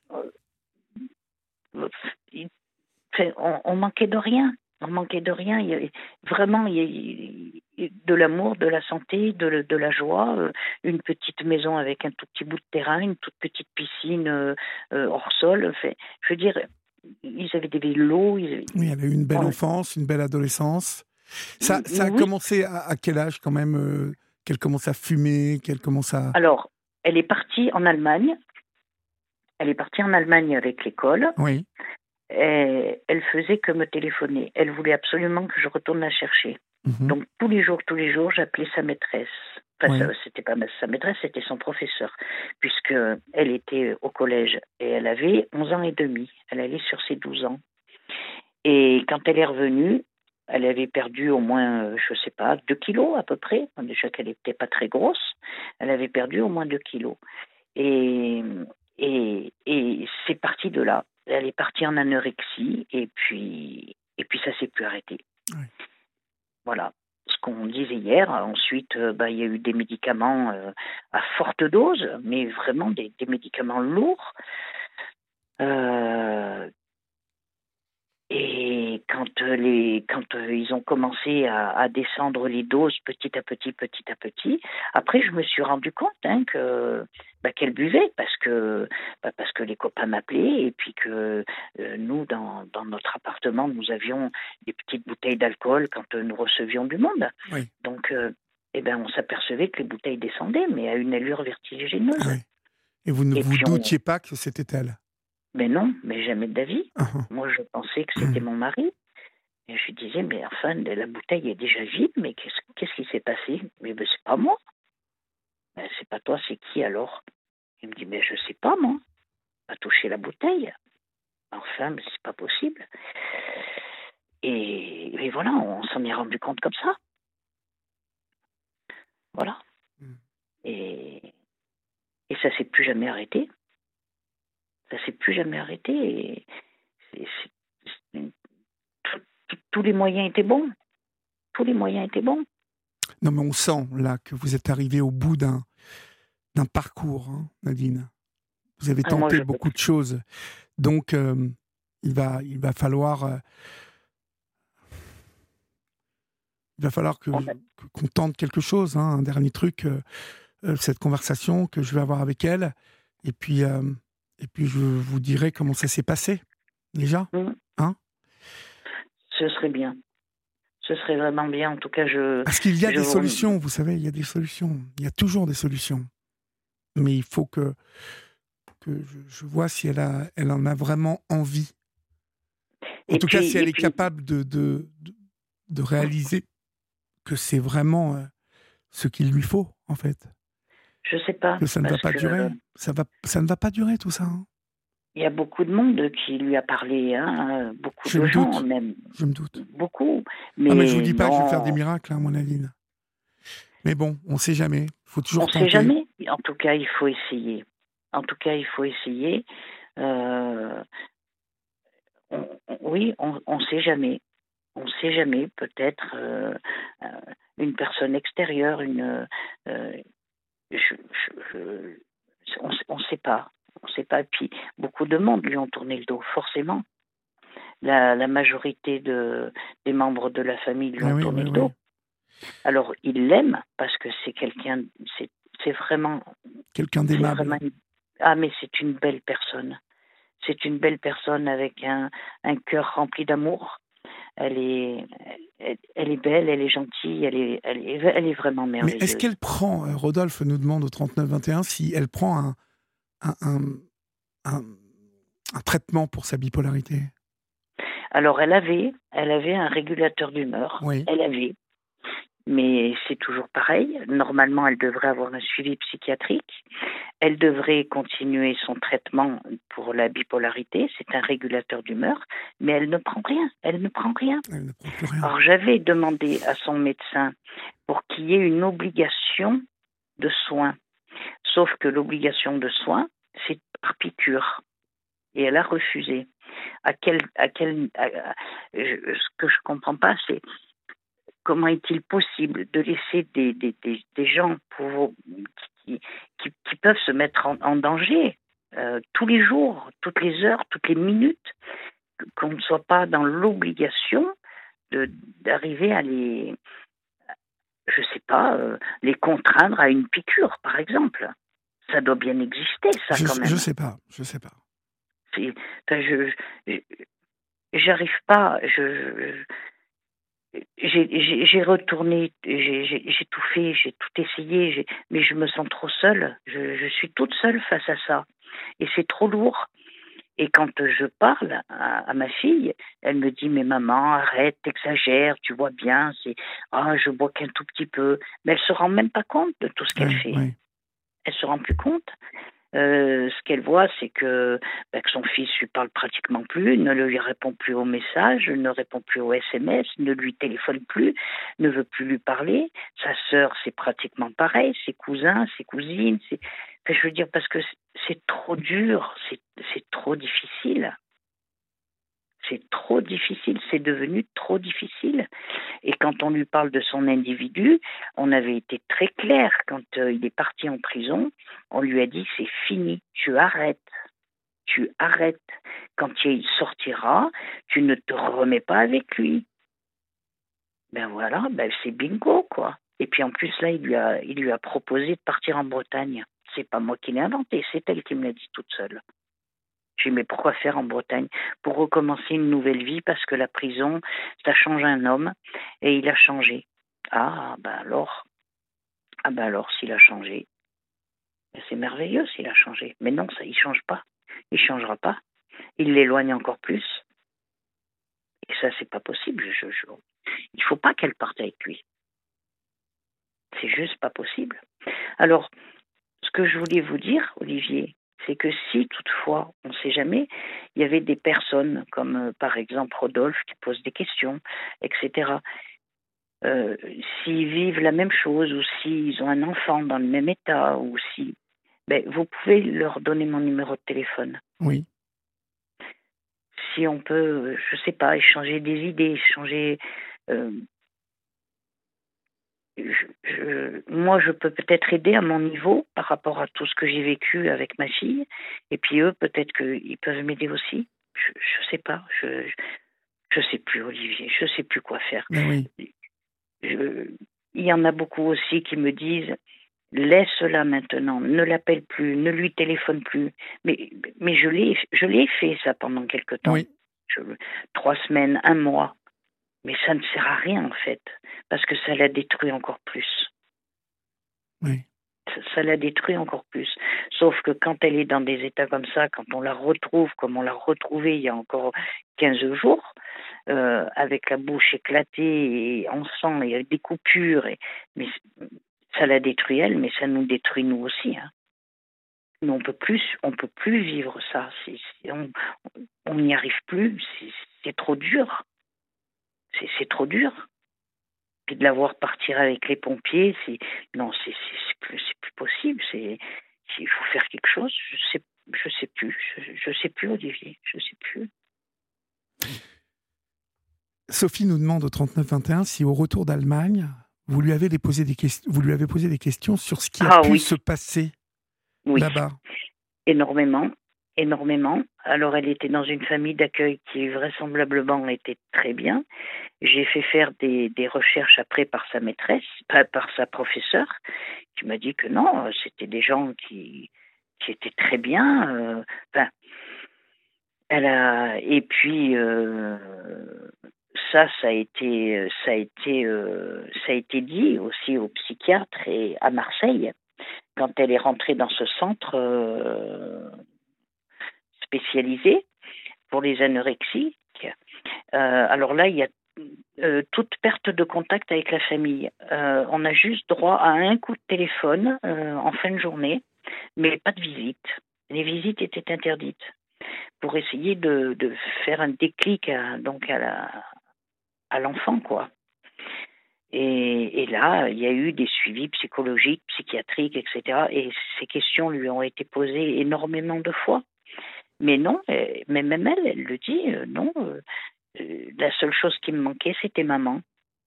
C: euh, on, on manquait de rien. On manquait de rien. Il y avait, vraiment, il y a de l'amour, de la santé, de, de la joie. Euh, une petite maison avec un tout petit bout de terrain, une toute petite piscine euh, euh, hors sol. Enfin, je veux dire, ils avaient des vélos. Ils avaient...
A: Oui, elle a eu une belle
C: on...
A: enfance, une belle adolescence. Ça, ça a
C: oui.
A: commencé à, à quel âge quand même euh, qu'elle commence à fumer, qu'elle commence à...
C: Alors, elle est partie en Allemagne. Elle est partie en Allemagne avec l'école.
A: Oui.
C: Et elle faisait que me téléphoner. Elle voulait absolument que je retourne la chercher.
A: Mmh.
C: Donc, tous les jours, tous les jours, j'appelais sa maîtresse. Enfin,
A: Oui.
C: ça, c'était pas sa maîtresse, c'était son professeur. Puisque elle était au collège et elle avait onze ans et demi. Elle allait sur ses douze ans. Et quand elle est revenue, elle avait perdu au moins, je sais pas, deux kilos à peu près. Déjà qu'elle n'était pas très grosse. Elle avait perdu au moins deux kilos. Et, et, et c'est parti de là. Elle est partie en anorexie et puis, et puis ça s'est plus arrêté.
A: Oui.
C: Voilà ce qu'on disait hier. Ensuite, euh, bah, il y a eu des médicaments euh, à forte dose, mais vraiment des, des médicaments lourds. Euh, Et quand, les, quand euh, ils ont commencé à, à descendre les doses petit à petit, petit à petit, après je me suis rendu compte hein, que bah, qu'elle buvait parce que bah, parce que les copains m'appelaient et puis que euh, nous dans, dans notre appartement nous avions des petites bouteilles d'alcool quand euh, nous recevions du monde.
A: Oui.
C: Donc euh, eh ben on s'apercevait que les bouteilles descendaient mais à une allure vertigineuse.
A: Ah oui. Et vous ne
C: et
A: vous
C: on...
A: doutiez pas que c'était elle?
C: Mais non, mais jamais d'avis.
A: Uh-huh.
C: Moi, je pensais que c'était mon mari. Et je lui disais, mais enfin, la bouteille est déjà vide, mais qu'est-ce, qu'est-ce qui s'est passé? Mais ben, c'est pas moi. Ben, c'est pas toi, c'est qui alors? Il me dit, mais je sais pas, moi. Pas toucher la bouteille. Enfin, mais c'est pas possible. Et, et voilà, on s'en est rendu compte comme ça. Voilà. Mm. Et, et ça s'est plus jamais arrêté. Ça s'est plus jamais arrêté. Et c'est, c'est, c'est, tous les moyens étaient bons. Tous les moyens étaient bons.
A: Non, mais on sent là que vous êtes arrivé au bout d'un, d'un parcours, hein, Nadine. Vous avez tenté ah, moi, je... beaucoup de choses. Donc, euh, il, va, il va falloir... Euh, il va falloir que,
C: okay.
A: que, qu'on tente quelque chose. Hein, un dernier truc, euh, euh, cette conversation que je vais avoir avec elle. Et puis, euh, et puis je vous dirai comment ça s'est passé, déjà.
C: Mmh.
A: Hein?
C: Ce serait bien. Ce serait vraiment bien. En tout cas, je...
A: Parce qu'il y a
C: je
A: des
C: vous...
A: solutions, vous savez, il y a des solutions. Il y a toujours des solutions. Mais il faut que, que je, je vois si elle, a, elle en a vraiment envie. En et tout puis, cas, si elle est puis... capable de, de, de, de réaliser que c'est vraiment euh, ce qu'il lui faut, en fait.
C: Je sais pas.
A: Que ça ne va pas
C: que...
A: durer. Ça, va, ça ne va pas durer, tout ça. Hein.
C: Il y a beaucoup de monde qui lui a parlé, hein, beaucoup
A: je
C: de
A: me
C: gens
A: doute.
C: même.
A: Je me doute.
C: Beaucoup. Mais,
A: ah, mais je vous dis pas
C: non...
A: que je vais faire des miracles, hein, mon Aline. Mais bon, on ne sait jamais. Il faut toujours
C: on
A: tenter.
C: On ne sait jamais. En tout cas, il faut essayer. En tout cas, il faut essayer. Euh... On, on, oui, on ne sait jamais. On ne sait jamais. Peut-être euh, euh, une personne extérieure, une. Euh, je, je, je, on ne sait pas. On ne sait pas. Et puis, beaucoup de monde lui ont tourné le dos, forcément. La, la majorité de, des membres de la famille lui
A: ah
C: ont
A: oui,
C: tourné
A: oui,
C: le dos.
A: Oui.
C: Alors, il l'aime parce que c'est quelqu'un, c'est, c'est vraiment...
A: Quelqu'un d'aimable.
C: Vraiment, ah, mais c'est une belle personne. C'est une belle personne avec un, un cœur rempli d'amour. Elle est, elle, elle est belle, elle est gentille, elle est, elle est, elle est vraiment merveilleuse.
A: Mais est-ce qu'elle prend, euh, Rodolphe nous demande au trente-neuf vingt et un, si elle prend un, un, un, un, un traitement pour sa bipolarité?
C: Alors, elle avait, elle avait un régulateur d'humeur.
A: Oui.
C: Elle avait. mais c'est toujours pareil. Normalement, elle devrait avoir un suivi psychiatrique. Elle devrait continuer son traitement pour la bipolarité. C'est un régulateur d'humeur, mais elle ne prend rien. Elle ne prend rien.
A: Elle ne prend plus rien.
C: Alors, j'avais demandé à son médecin pour qu'il y ait une obligation de soins. Sauf que l'obligation de soins, c'est par piqûre. Et elle a refusé. À quel, à quel, à, à, je, ce que je ne comprends pas, c'est comment est-il possible de laisser des, des, des, des gens pour, qui, qui, qui peuvent se mettre en, en danger euh, tous les jours, toutes les heures, toutes les minutes, qu'on ne soit pas dans l'obligation de, d'arriver à les, je sais pas, euh, les contraindre à une piqûre, par exemple. Ça doit bien exister, ça,
A: je,
C: quand même.
A: Je sais pas, je sais pas.
C: C'est, enfin, je, je, j'arrive pas, je, je j'ai, j'ai, j'ai retourné, j'ai, j'ai, j'ai tout fait, j'ai tout essayé, j'ai, mais je me sens trop seule. Je, je suis toute seule face à ça. Et c'est trop lourd. Et quand je parle à, à ma fille, elle me dit « Mais maman, arrête, t'exagères, tu vois bien, c'est ah, je bois qu'un tout petit peu. » Mais elle se rend même pas compte de tout ce qu'elle
A: ouais,
C: fait.
A: Ouais.
C: Elle se rend plus compte. Euh, ce qu'elle voit, c'est que, ben, que son fils lui parle pratiquement plus, ne lui répond plus aux messages, ne répond plus aux S M S, ne lui téléphone plus, ne veut plus lui parler. Sa sœur, c'est pratiquement pareil, ses cousins, ses cousines. C'est... Enfin, je veux dire, parce que c'est trop dur, c'est, c'est trop difficile. C'est trop difficile, c'est devenu trop difficile. Et quand on lui parle de son individu, on avait été très clair. Quand euh, il est parti en prison, on lui a dit « c'est fini, tu arrêtes, tu arrêtes. Quand il sortira, tu ne te remets pas avec lui. » Ben voilà, ben c'est bingo, quoi. Et puis en plus, là, il lui a, il lui a proposé de partir en Bretagne. C'est pas moi qui l'ai inventé, c'est elle qui me l'a dit toute seule. J'ai dit, mais pourquoi faire en Bretagne? Pour recommencer une nouvelle vie, parce que la prison, ça change un homme, et il a changé. Ah, ben alors, ah ben alors, s'il a changé, c'est merveilleux s'il a changé. Mais non, ça, il ne change pas. Il ne changera pas. Il l'éloigne encore plus. Et ça, c'est pas possible. Je, je... Il ne faut pas qu'elle parte avec lui. C'est juste pas possible. Alors, ce que je voulais vous dire, Olivier, c'est que si toutefois, on ne sait jamais, il y avait des personnes comme euh, par exemple Rodolphe qui pose des questions, et cetera. Euh, s'ils vivent la même chose ou s'ils ont un enfant dans le même état ou si, ben, vous pouvez leur donner mon numéro de téléphone.
A: Oui.
C: Si on peut, je ne sais pas, échanger des idées, échanger... Euh, Je, je, moi, je peux peut-être aider à mon niveau par rapport à tout ce que j'ai vécu avec ma fille. Et puis eux, peut-être qu'ils peuvent m'aider aussi. Je ne sais pas. Je ne sais plus, Olivier. Je ne sais plus quoi faire.
A: Ben oui.
C: Je, il y en a beaucoup aussi qui me disent « Laisse-la maintenant. Ne l'appelle plus. Ne lui téléphone plus. » Mais, mais je l'ai, je l'ai fait, ça, pendant quelque temps.
A: Oui.
C: Je, trois semaines, un mois. Mais ça ne sert à rien, en fait, parce que ça la détruit encore plus.
A: Oui.
C: Ça, ça la détruit encore plus. Sauf que quand elle est dans des états comme ça, quand on la retrouve comme on l'a retrouvée il y a encore quinze jours, euh, avec la bouche éclatée et en sang et avec des coupures, et, mais ça la détruit elle, mais ça nous détruit nous aussi. Hein. Mais on peut plus, on peut plus vivre ça. C'est, c'est, on n'y arrive plus. C'est, c'est trop dur. C'est, c'est trop dur. Puis de la voir partir avec les pompiers, c'est non, c'est, c'est, c'est, plus, c'est plus possible. C'est, il faut faire quelque chose. Je sais, je sais plus. Je, je sais plus, Olivier. Je sais plus.
A: Sophie nous demande au trente-neuf vingt et un si au retour d'Allemagne, vous lui avez posé des questions, vous lui avez posé des questions sur ce qui a
C: ah,
A: pu
C: oui.
A: se passer
C: oui.
A: là-bas.
C: Énormément. Énormément. Alors, elle était dans une famille d'accueil qui vraisemblablement était très bien. J'ai fait faire des, des recherches après par sa maîtresse, par, par sa professeure, qui m'a dit que non, c'était des gens qui, qui étaient très bien. Euh, enfin, elle a, et puis euh, ça, ça a été, ça a été, euh, ça a été dit aussi au psychiatre et à Marseille quand elle est rentrée dans ce centre. Euh, spécialisé pour les anorexiques. Euh, alors là, il y a euh, toute perte de contact avec la famille. Euh, on a juste droit à un coup de téléphone euh, en fin de journée, mais pas de visite. Les visites étaient interdites pour essayer de, de faire un déclic à, donc à, la, à l'enfant, quoi. Et, et là, il y a eu des suivis psychologiques, psychiatriques, et cetera. Et ces questions lui ont été posées énormément de fois. Mais non, euh, mais même elle, elle le dit, euh, non, euh, euh, la seule chose qui me manquait, c'était maman.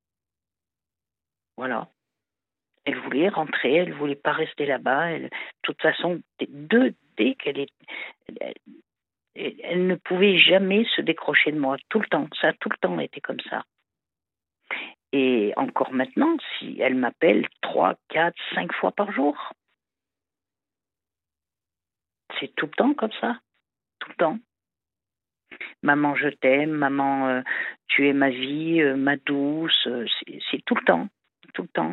C: Voilà. Elle voulait rentrer, elle voulait pas rester là-bas. Elle, de toute façon, dès, dès qu'elle est... Elle, elle ne pouvait jamais se décrocher de moi, tout le temps. Ça a tout le temps été comme ça. Et encore maintenant, si elle m'appelle trois, quatre, cinq fois par jour, c'est tout le temps comme ça. Tout le temps. Maman, je t'aime, maman, euh, tu es ma vie, euh, ma douce, euh, c'est, c'est tout le temps, tout le temps.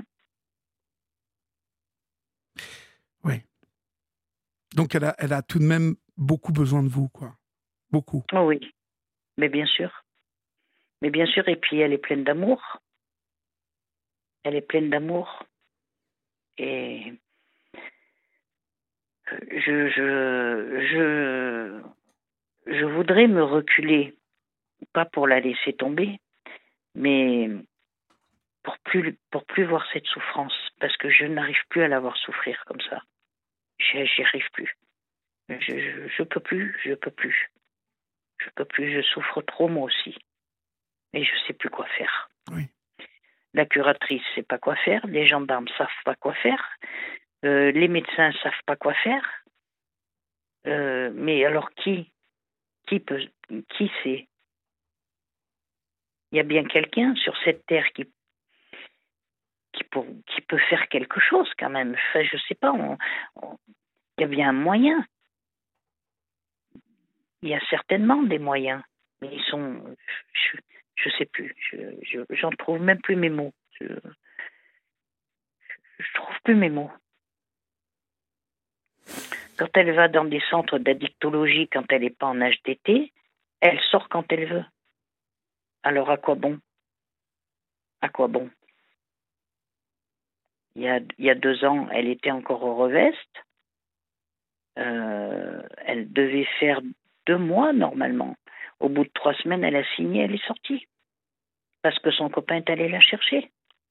A: Oui. Donc elle a, elle a tout de même beaucoup besoin de vous, quoi. Beaucoup.
C: Oh oui, mais bien sûr. Mais bien sûr, et puis elle est pleine d'amour. Elle est pleine d'amour. Et je, je, je, je voudrais me reculer, pas pour la laisser tomber, mais pour plus, pour plus voir cette souffrance, parce que je n'arrive plus à la voir souffrir comme ça. J'y, j'y arrive plus. Je, je, je peux plus, je peux plus. Je peux plus, je souffre trop moi aussi. Et je sais plus quoi faire.
A: Oui.
C: La curatrice sait pas quoi faire, les gendarmes savent pas quoi faire, euh, les médecins savent pas quoi faire. Euh, mais alors qui, qui peut, qui sait? Il y a bien quelqu'un sur cette terre qui, qui, pour, qui peut faire quelque chose quand même. Enfin, je sais pas. On, on, il y a bien un moyen. Il y a certainement des moyens, mais ils sont, je, je sais plus. Je, je, j'en trouve même plus mes mots. Je, je trouve plus mes mots. Quand elle va dans des centres d'addictologie, quand elle n'est pas en âge d'été, elle sort quand elle veut. Alors à quoi bon? À quoi bon? Il y a, il y a deux ans, elle était encore au Revest. Euh, elle devait faire deux mois normalement. Au bout de trois semaines, elle a signé, elle est sortie. Parce que son copain est allé la chercher.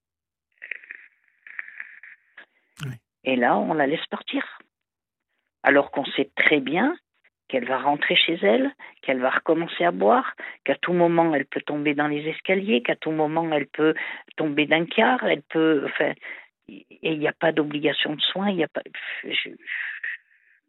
C: Oui. Et là, on la laisse partir. Alors qu'on sait très bien qu'elle va rentrer chez elle, qu'elle va recommencer à boire, qu'à tout moment, elle peut tomber dans les escaliers, qu'à tout moment, elle peut tomber d'un car, elle peut... Enfin, et il n'y a pas d'obligation de soins, il n'y a pas... Je, je,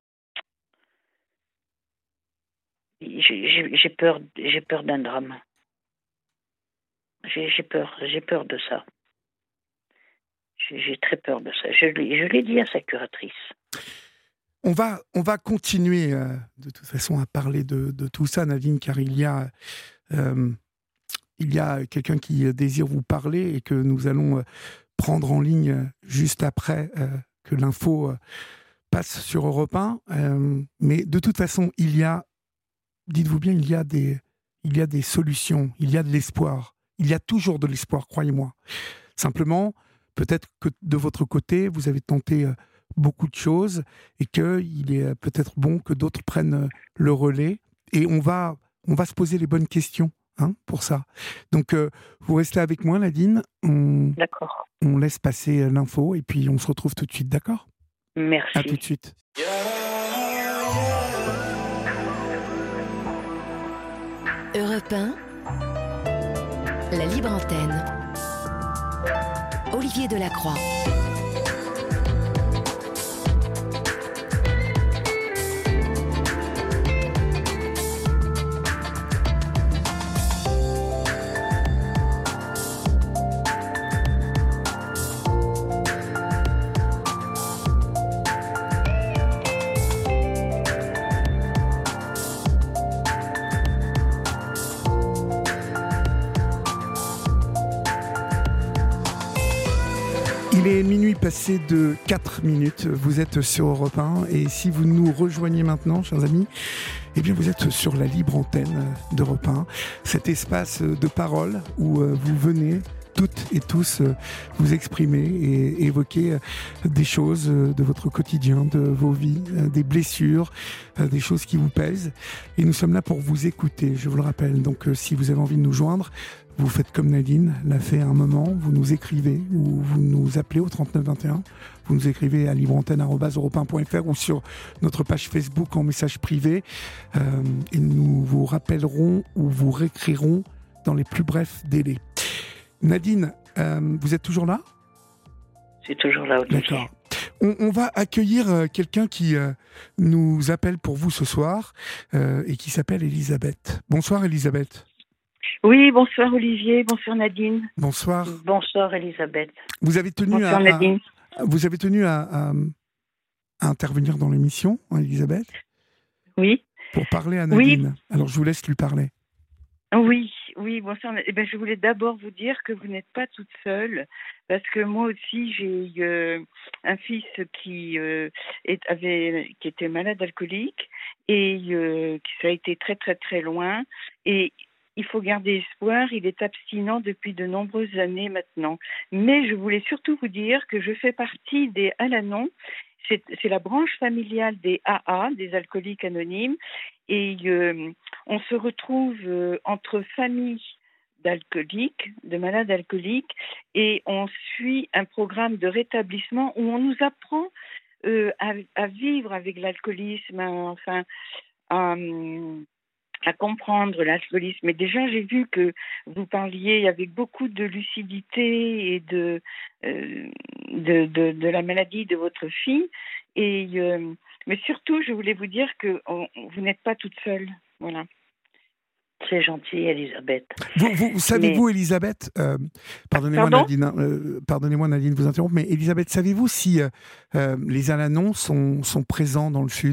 C: j'ai, j'ai peur, j'ai peur d'un drame. J'ai, j'ai peur, j'ai peur de ça. J'ai, j'ai très peur de ça. Je, je l'ai dit à sa curatrice.
A: On va, on va continuer euh, de toute façon à parler de, de tout ça, Nadine, car il y a, euh, il y a quelqu'un qui désire vous parler et que nous allons euh, prendre en ligne juste après euh, que l'info euh, passe sur Europe un. Euh, mais de toute façon, il y a, dites-vous bien, il y a des, il y a des solutions, il y a de l'espoir. Il y a toujours de l'espoir, croyez-moi. Simplement, peut-être que de votre côté, vous avez tenté... Euh, beaucoup de choses et qu'il est peut-être bon que d'autres prennent le relais et on va, on va se poser les bonnes questions hein, pour ça. Donc, euh, vous restez avec moi, Nadine. On,
C: d'accord.
A: On laisse passer l'info et puis on se retrouve tout de suite, d'accord?
C: Merci.
A: À tout de suite.
B: Europe un, la libre antenne. Olivier Delacroix.
A: Il est minuit passé de quatre minutes, vous êtes sur Europe un et si vous nous rejoignez maintenant, chers amis, Eh bien, vous êtes sur la libre antenne d'Europe un, cet espace de parole où vous venez toutes et tous vous exprimer et évoquer des choses de votre quotidien, de vos vies, des blessures, des choses qui vous pèsent. Et nous sommes là pour vous écouter, je vous le rappelle. Donc, si vous avez envie de nous joindre, vous faites comme Nadine l'a fait à un moment, vous nous écrivez ou vous nous appelez au trente-neuf vingt et un, vous nous écrivez à libreantenne arobase europe un point f r ou sur notre page Facebook en message privé euh, et nous vous rappellerons ou vous réécrirons dans les plus brefs délais. Nadine, euh, vous êtes toujours là ?
C: C'est toujours là, Olivier.
A: D'accord. On, on va accueillir euh, quelqu'un qui euh, nous appelle pour vous ce soir euh, et qui s'appelle Elisabeth. Bonsoir Elisabeth.
D: Oui, bonsoir Olivier, bonsoir Nadine.
A: Bonsoir.
C: Bonsoir Elisabeth.
A: Vous avez tenu,
D: bonsoir,
A: à,
D: Nadine.
A: à, vous avez tenu à, à, à intervenir dans l'émission, hein, Elisabeth ?
D: Oui.
A: Pour parler à Nadine.
D: Oui.
A: Alors je vous laisse lui parler.
D: Oui, oui, bonsoir. Eh ben, je voulais d'abord vous dire que vous n'êtes pas toute seule, parce que moi aussi j'ai euh, un fils qui euh, est, avait, qui était malade alcoolique et euh, qui ça a été très très très loin. Et il faut garder espoir. Il est abstinent depuis de nombreuses années maintenant. Mais je voulais surtout vous dire que je fais partie des Al-Anon. C'est, c'est la branche familiale des A A, des alcooliques anonymes. Et euh, on se retrouve euh, entre familles d'alcooliques, de malades alcooliques, et on suit un programme de rétablissement où on nous apprend euh, à, à vivre avec l'alcoolisme, à, enfin, à, à comprendre l'alcoolisme. Et déjà, j'ai vu que vous parliez avec beaucoup de lucidité et de, euh, de, de, de la maladie de votre fille. Et, euh, mais surtout, je voulais vous dire que on, vous n'êtes pas toute seule. Voilà.
C: C'est gentil, Elisabeth.
A: Vous, vous, vous savez-vous,
C: mais...
A: Elisabeth, euh, pardonnez-moi, Nadine, euh, pardonnez-moi Nadine de vous interrompre, mais Elisabeth, savez-vous si euh, euh, les Al-Anon sont, sont présents dans le Sud ?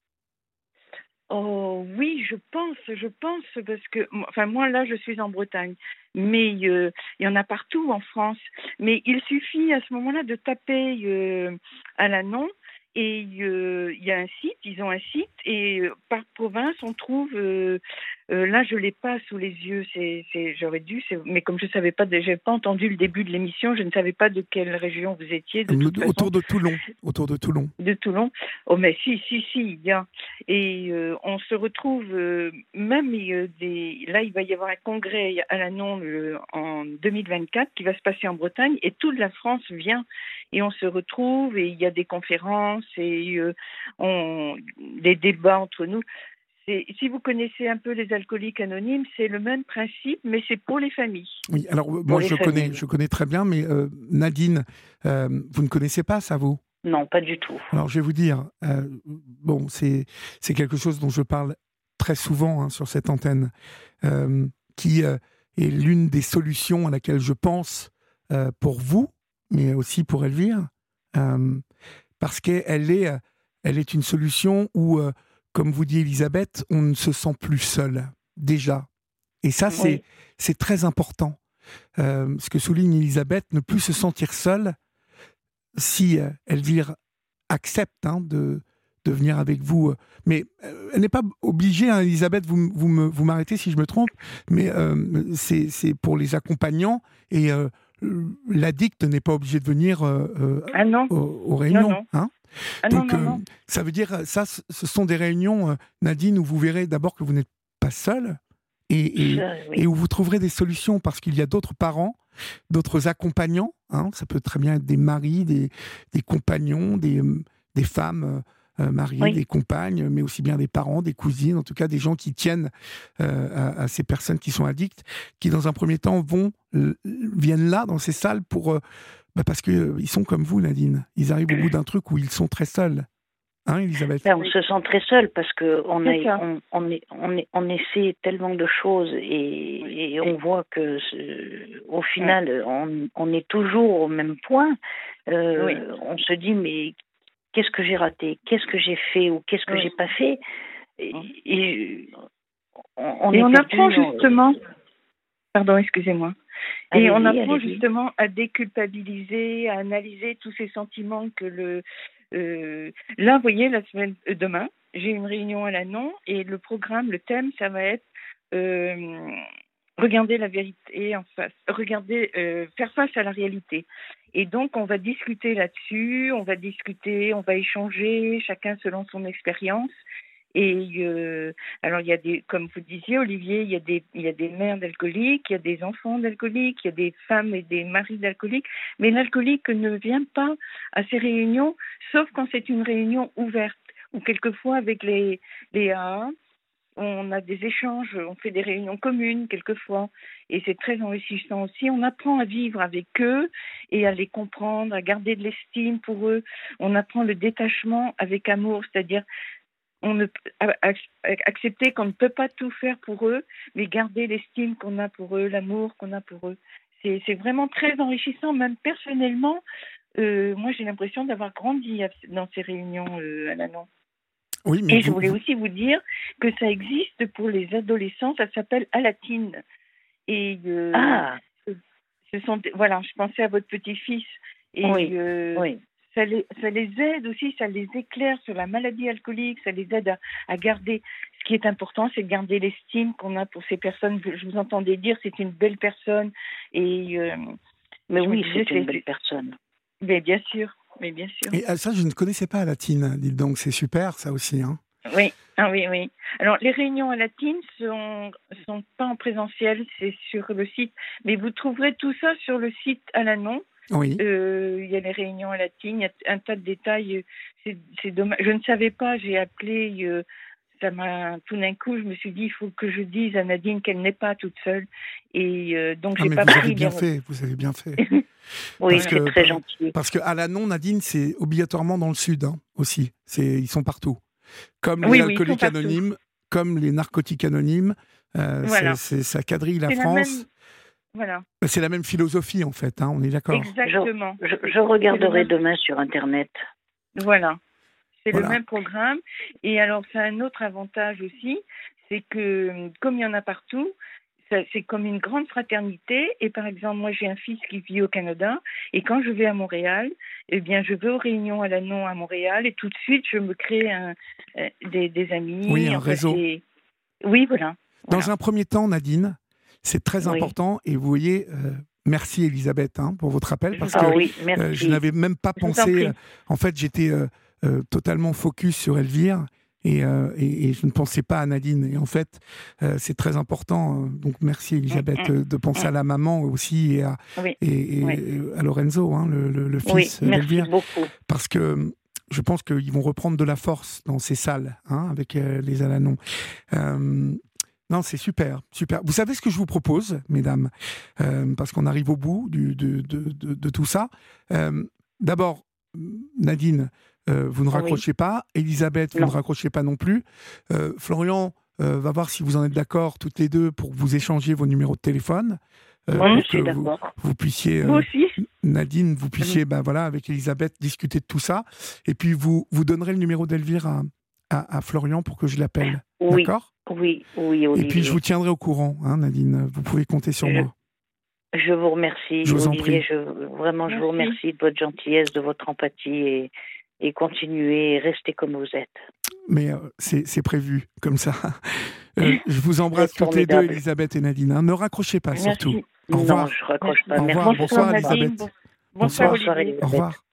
D: Oh oui, je pense, je pense, parce que, enfin moi là, je suis en Bretagne, mais euh, il y en a partout en France. Mais il suffit à ce moment-là de taper euh, Al-Anon et euh, il y a un site, ils ont un site et euh, par province on trouve. Euh, euh, là, je l'ai pas sous les yeux, c'est, c'est, j'aurais dû, c'est, mais comme je savais pas, j'ai pas entendu le début de l'émission, je ne savais pas de quelle région vous étiez. De toute
A: autour
D: façon.
A: de Toulon, autour de Toulon.
D: De Toulon. Oh mais si, si, si, il y a. Et euh, on se retrouve euh, même euh, des. Là, il va y avoir un congrès à Al-Anon le, en deux mille vingt-quatre qui va se passer en Bretagne et toute la France vient et on se retrouve et il y a des conférences et euh, on des débats entre nous. C'est, si vous connaissez un peu les alcooliques anonymes, c'est le même principe, mais c'est pour les familles.
A: Oui, alors moi je connais, je connais très bien, mais euh, Nadine, euh, vous ne connaissez pas ça, vous ?
C: Non, pas du tout.
A: Alors je vais vous dire, euh, bon, c'est, c'est quelque chose dont je parle très souvent hein, sur cette antenne, euh, qui euh, est l'une des solutions à laquelle je pense euh, pour vous, mais aussi pour Elvire, euh, parce qu'elle est, elle est une solution où euh, comme vous dit Elisabeth, on ne se sent plus seul, déjà. Et ça, c'est, oui. c'est très important. Euh, ce que souligne Elisabeth, ne plus se sentir seule, si euh, Elvire accepte hein, de, de venir avec vous. Euh, mais euh, elle n'est pas obligée, hein, Elisabeth, vous, vous, me, vous m'arrêtez si je me trompe, mais euh, c'est, c'est pour les accompagnants et euh, l'addict n'est pas obligé de venir euh,
D: ah non.
A: aux, aux réunions.
D: Non, non.
A: Hein.
D: Ah
A: Donc,
D: non, non,
A: euh,
D: non.
A: ça veut dire, ça, ce sont des réunions, euh, Nadine, où vous verrez d'abord que vous n'êtes pas seule et, et,
C: Ça, oui.
A: et où vous trouverez des solutions parce qu'il y a d'autres parents, d'autres accompagnants. Hein, ça peut très bien être des maris, des, des compagnons, des, des femmes euh, mariées, oui. des compagnes, mais aussi bien des parents, des cousines, en tout cas des gens qui tiennent euh, à, à ces personnes qui sont addictes, qui dans un premier temps vont, euh, viennent là, dans ces salles, pour... Euh, Bah parce qu'ils euh, sont comme vous, Nadine. Ils arrivent au bout d'un truc où ils sont très seuls. Hein, Elisabeth ?
C: Ben, on se sent très seul parce qu'on on, on, est, on, est, on essaie tellement de choses et, et on voit que au final, ouais. on, on est toujours au même point. Euh, oui. On se dit, mais qu'est-ce que j'ai raté ? Qu'est-ce que j'ai fait ou qu'est-ce que oui. j'ai pas fait ? Et, et on, on,
D: et on
C: perdu,
D: apprend justement... On... Pardon, excusez-moi. Et allez-y, on apprend allez-y. justement à déculpabiliser, à analyser tous ces sentiments que le... Euh, là, vous voyez, la semaine euh, demain, j'ai une réunion à l'Annon et le programme, le thème, ça va être euh, regarder la vérité en face, regarder, euh, faire face à la réalité. Et donc, on va discuter là-dessus, on va discuter, on va échanger, chacun selon son expérience. Et euh, alors, il y a des, comme vous disiez, Olivier, il y a des, il y a des mères d'alcooliques, il y a des enfants d'alcooliques, il y a des femmes et des maris d'alcooliques. Mais l'alcoolique ne vient pas à ces réunions, sauf quand c'est une réunion ouverte, ou quelquefois avec les, les A A, on a des échanges, on fait des réunions communes quelquefois, et c'est très enrichissant aussi. On apprend à vivre avec eux et à les comprendre, à garder de l'estime pour eux. On apprend le détachement avec amour, c'est-à-dire on ne, accepter qu'on ne peut pas tout faire pour eux, mais garder l'estime qu'on a pour eux, l'amour qu'on a pour eux. C'est, c'est vraiment très enrichissant, même personnellement. Euh, moi, j'ai l'impression d'avoir grandi dans ces réunions euh, à l'Annon.
A: Oui, mais
D: Et je
A: vous,
D: voulais
A: vous...
D: aussi vous dire que ça existe pour les adolescents, ça s'appelle Alatine. Et euh,
C: Ah,
D: ce sont, voilà, je pensais à votre petit-fils. Et
C: oui,
D: euh,
C: oui.
D: Ça les, ça les aide aussi, ça les éclaire sur la maladie alcoolique, ça les aide à, à garder. Ce qui est important, c'est de garder l'estime qu'on a pour ces personnes. Je, je vous entendais dire, c'est une belle personne. Et, euh,
C: Mais
D: je me
C: oui,
D: disais,
C: c'est une belle personne.
D: Mais bien sûr, mais bien sûr.
A: Et ça, je ne connaissais pas Alatine, dites donc, c'est super ça aussi. Hein.
D: Oui, ah oui, oui. Alors, les réunions à Latine sont, sont pas en présentiel, c'est sur le site. Mais vous trouverez tout ça sur le site à l'Annon.
A: Oui.
D: Euh, il y a les réunions à Latine, il y a un tas de détails. C'est, c'est dommage. Je ne savais pas, j'ai appelé, euh, ça m'a, tout d'un coup, je me suis dit, il faut que je dise à Nadine qu'elle n'est pas toute seule. Et euh, donc,
A: Ah,
D: j'ai
A: mais
D: pas
A: vous
D: pris.
A: avez bien
D: les...
A: fait, vous avez bien fait.
C: Oui,
A: Parce
C: c'est
A: que,
C: très gentil.
A: Parce qu'à l'Annon, Nadine, c'est obligatoirement dans le sud hein, aussi. C'est, ils sont partout. Comme les
D: Oui, oui,
A: alcooliques anonymes, comme les narcotiques anonymes. Euh,
D: voilà.
A: c'est, c'est, ça quadrille la
D: c'est
A: France.
D: La même... Voilà.
A: C'est la même philosophie, en fait, hein, on est d'accord.
D: Exactement.
C: Je, je, je regarderai demain sur Internet.
D: Voilà. C'est
A: voilà.
D: le même programme. Et alors, c'est un autre avantage aussi, c'est que, comme il y en a partout, ça, c'est comme une grande fraternité. Et par exemple, moi, j'ai un fils qui vit au Canada. Et quand je vais à Montréal, eh bien, je vais aux réunions à l'Annon à Montréal. Et tout de suite, je me crée un, euh, des, des amis.
A: Oui, un
D: enfin,
A: réseau.
D: C'est... Oui, voilà.
A: Dans
D: voilà.
A: un premier temps, Nadine, c'est très
C: oui.
A: important. Et vous voyez, euh, merci Elisabeth hein, pour votre appel. Parce
C: ah,
A: que
C: oui,
A: euh, je n'avais même pas
D: je
A: pensé. Euh, en fait, j'étais euh, euh, totalement focus sur Elvire. Et, euh, et, et je ne pensais pas à Nadine. Et en fait, euh, c'est très important. Donc, merci Elisabeth
D: mmh,
A: mmh, de penser mmh. à la maman aussi et à,
D: oui,
A: et, et
D: oui.
A: à Lorenzo, hein, le, le, le fils
C: oui,
A: d'Elvire.
C: Merci beaucoup.
A: Parce que je pense qu'ils vont reprendre de la force dans ces salles hein, avec euh, les Alanons. Euh, non, c'est super, super. Vous savez ce que je vous propose, mesdames, euh, parce qu'on arrive au bout du, de, de, de, de tout ça. Euh, d'abord, Nadine, Euh, vous ne raccrochez oui. pas. Elisabeth, vous non. ne raccrochez pas non plus. Euh, Florian euh, va voir si vous en êtes d'accord toutes les deux pour que vous échangiez vos numéros de téléphone.
C: Euh, Moi,
A: pour
C: je suis
A: que
C: d'accord.
A: Vous, vous puissiez,
D: vous aussi.
A: Nadine, vous puissiez, oui. ben voilà, avec Elisabeth, discuter de tout ça. Et puis vous, vous donnerez le numéro d'Elvire à, à, à Florian pour que je l'appelle.
C: Oui.
A: D'accord ?
C: Oui, oui, Olivier.
A: Et puis je vous tiendrai au courant, hein, Nadine. Vous pouvez compter sur
C: je...
A: moi.
C: Je vous remercie,
A: je vous
C: Olivier.
A: En prie.
C: Je, vraiment, Merci. je vous remercie de votre gentillesse, de votre empathie et. Et continuez, restez comme vous êtes.
A: Mais euh, c'est, c'est prévu, comme ça. Euh, je vous embrasse
C: c'est
A: toutes les deux, Elisabeth et Nadine. Hein. Ne raccrochez pas,
C: Merci.
A: surtout. Au revoir.
C: Non, je raccroche pas.
A: Au revoir.
C: Merci.
A: Bonsoir,
D: Bonsoir,
A: Elisabeth.
D: Bonsoir,
A: Bonsoir,
C: Elisabeth.
A: Au revoir.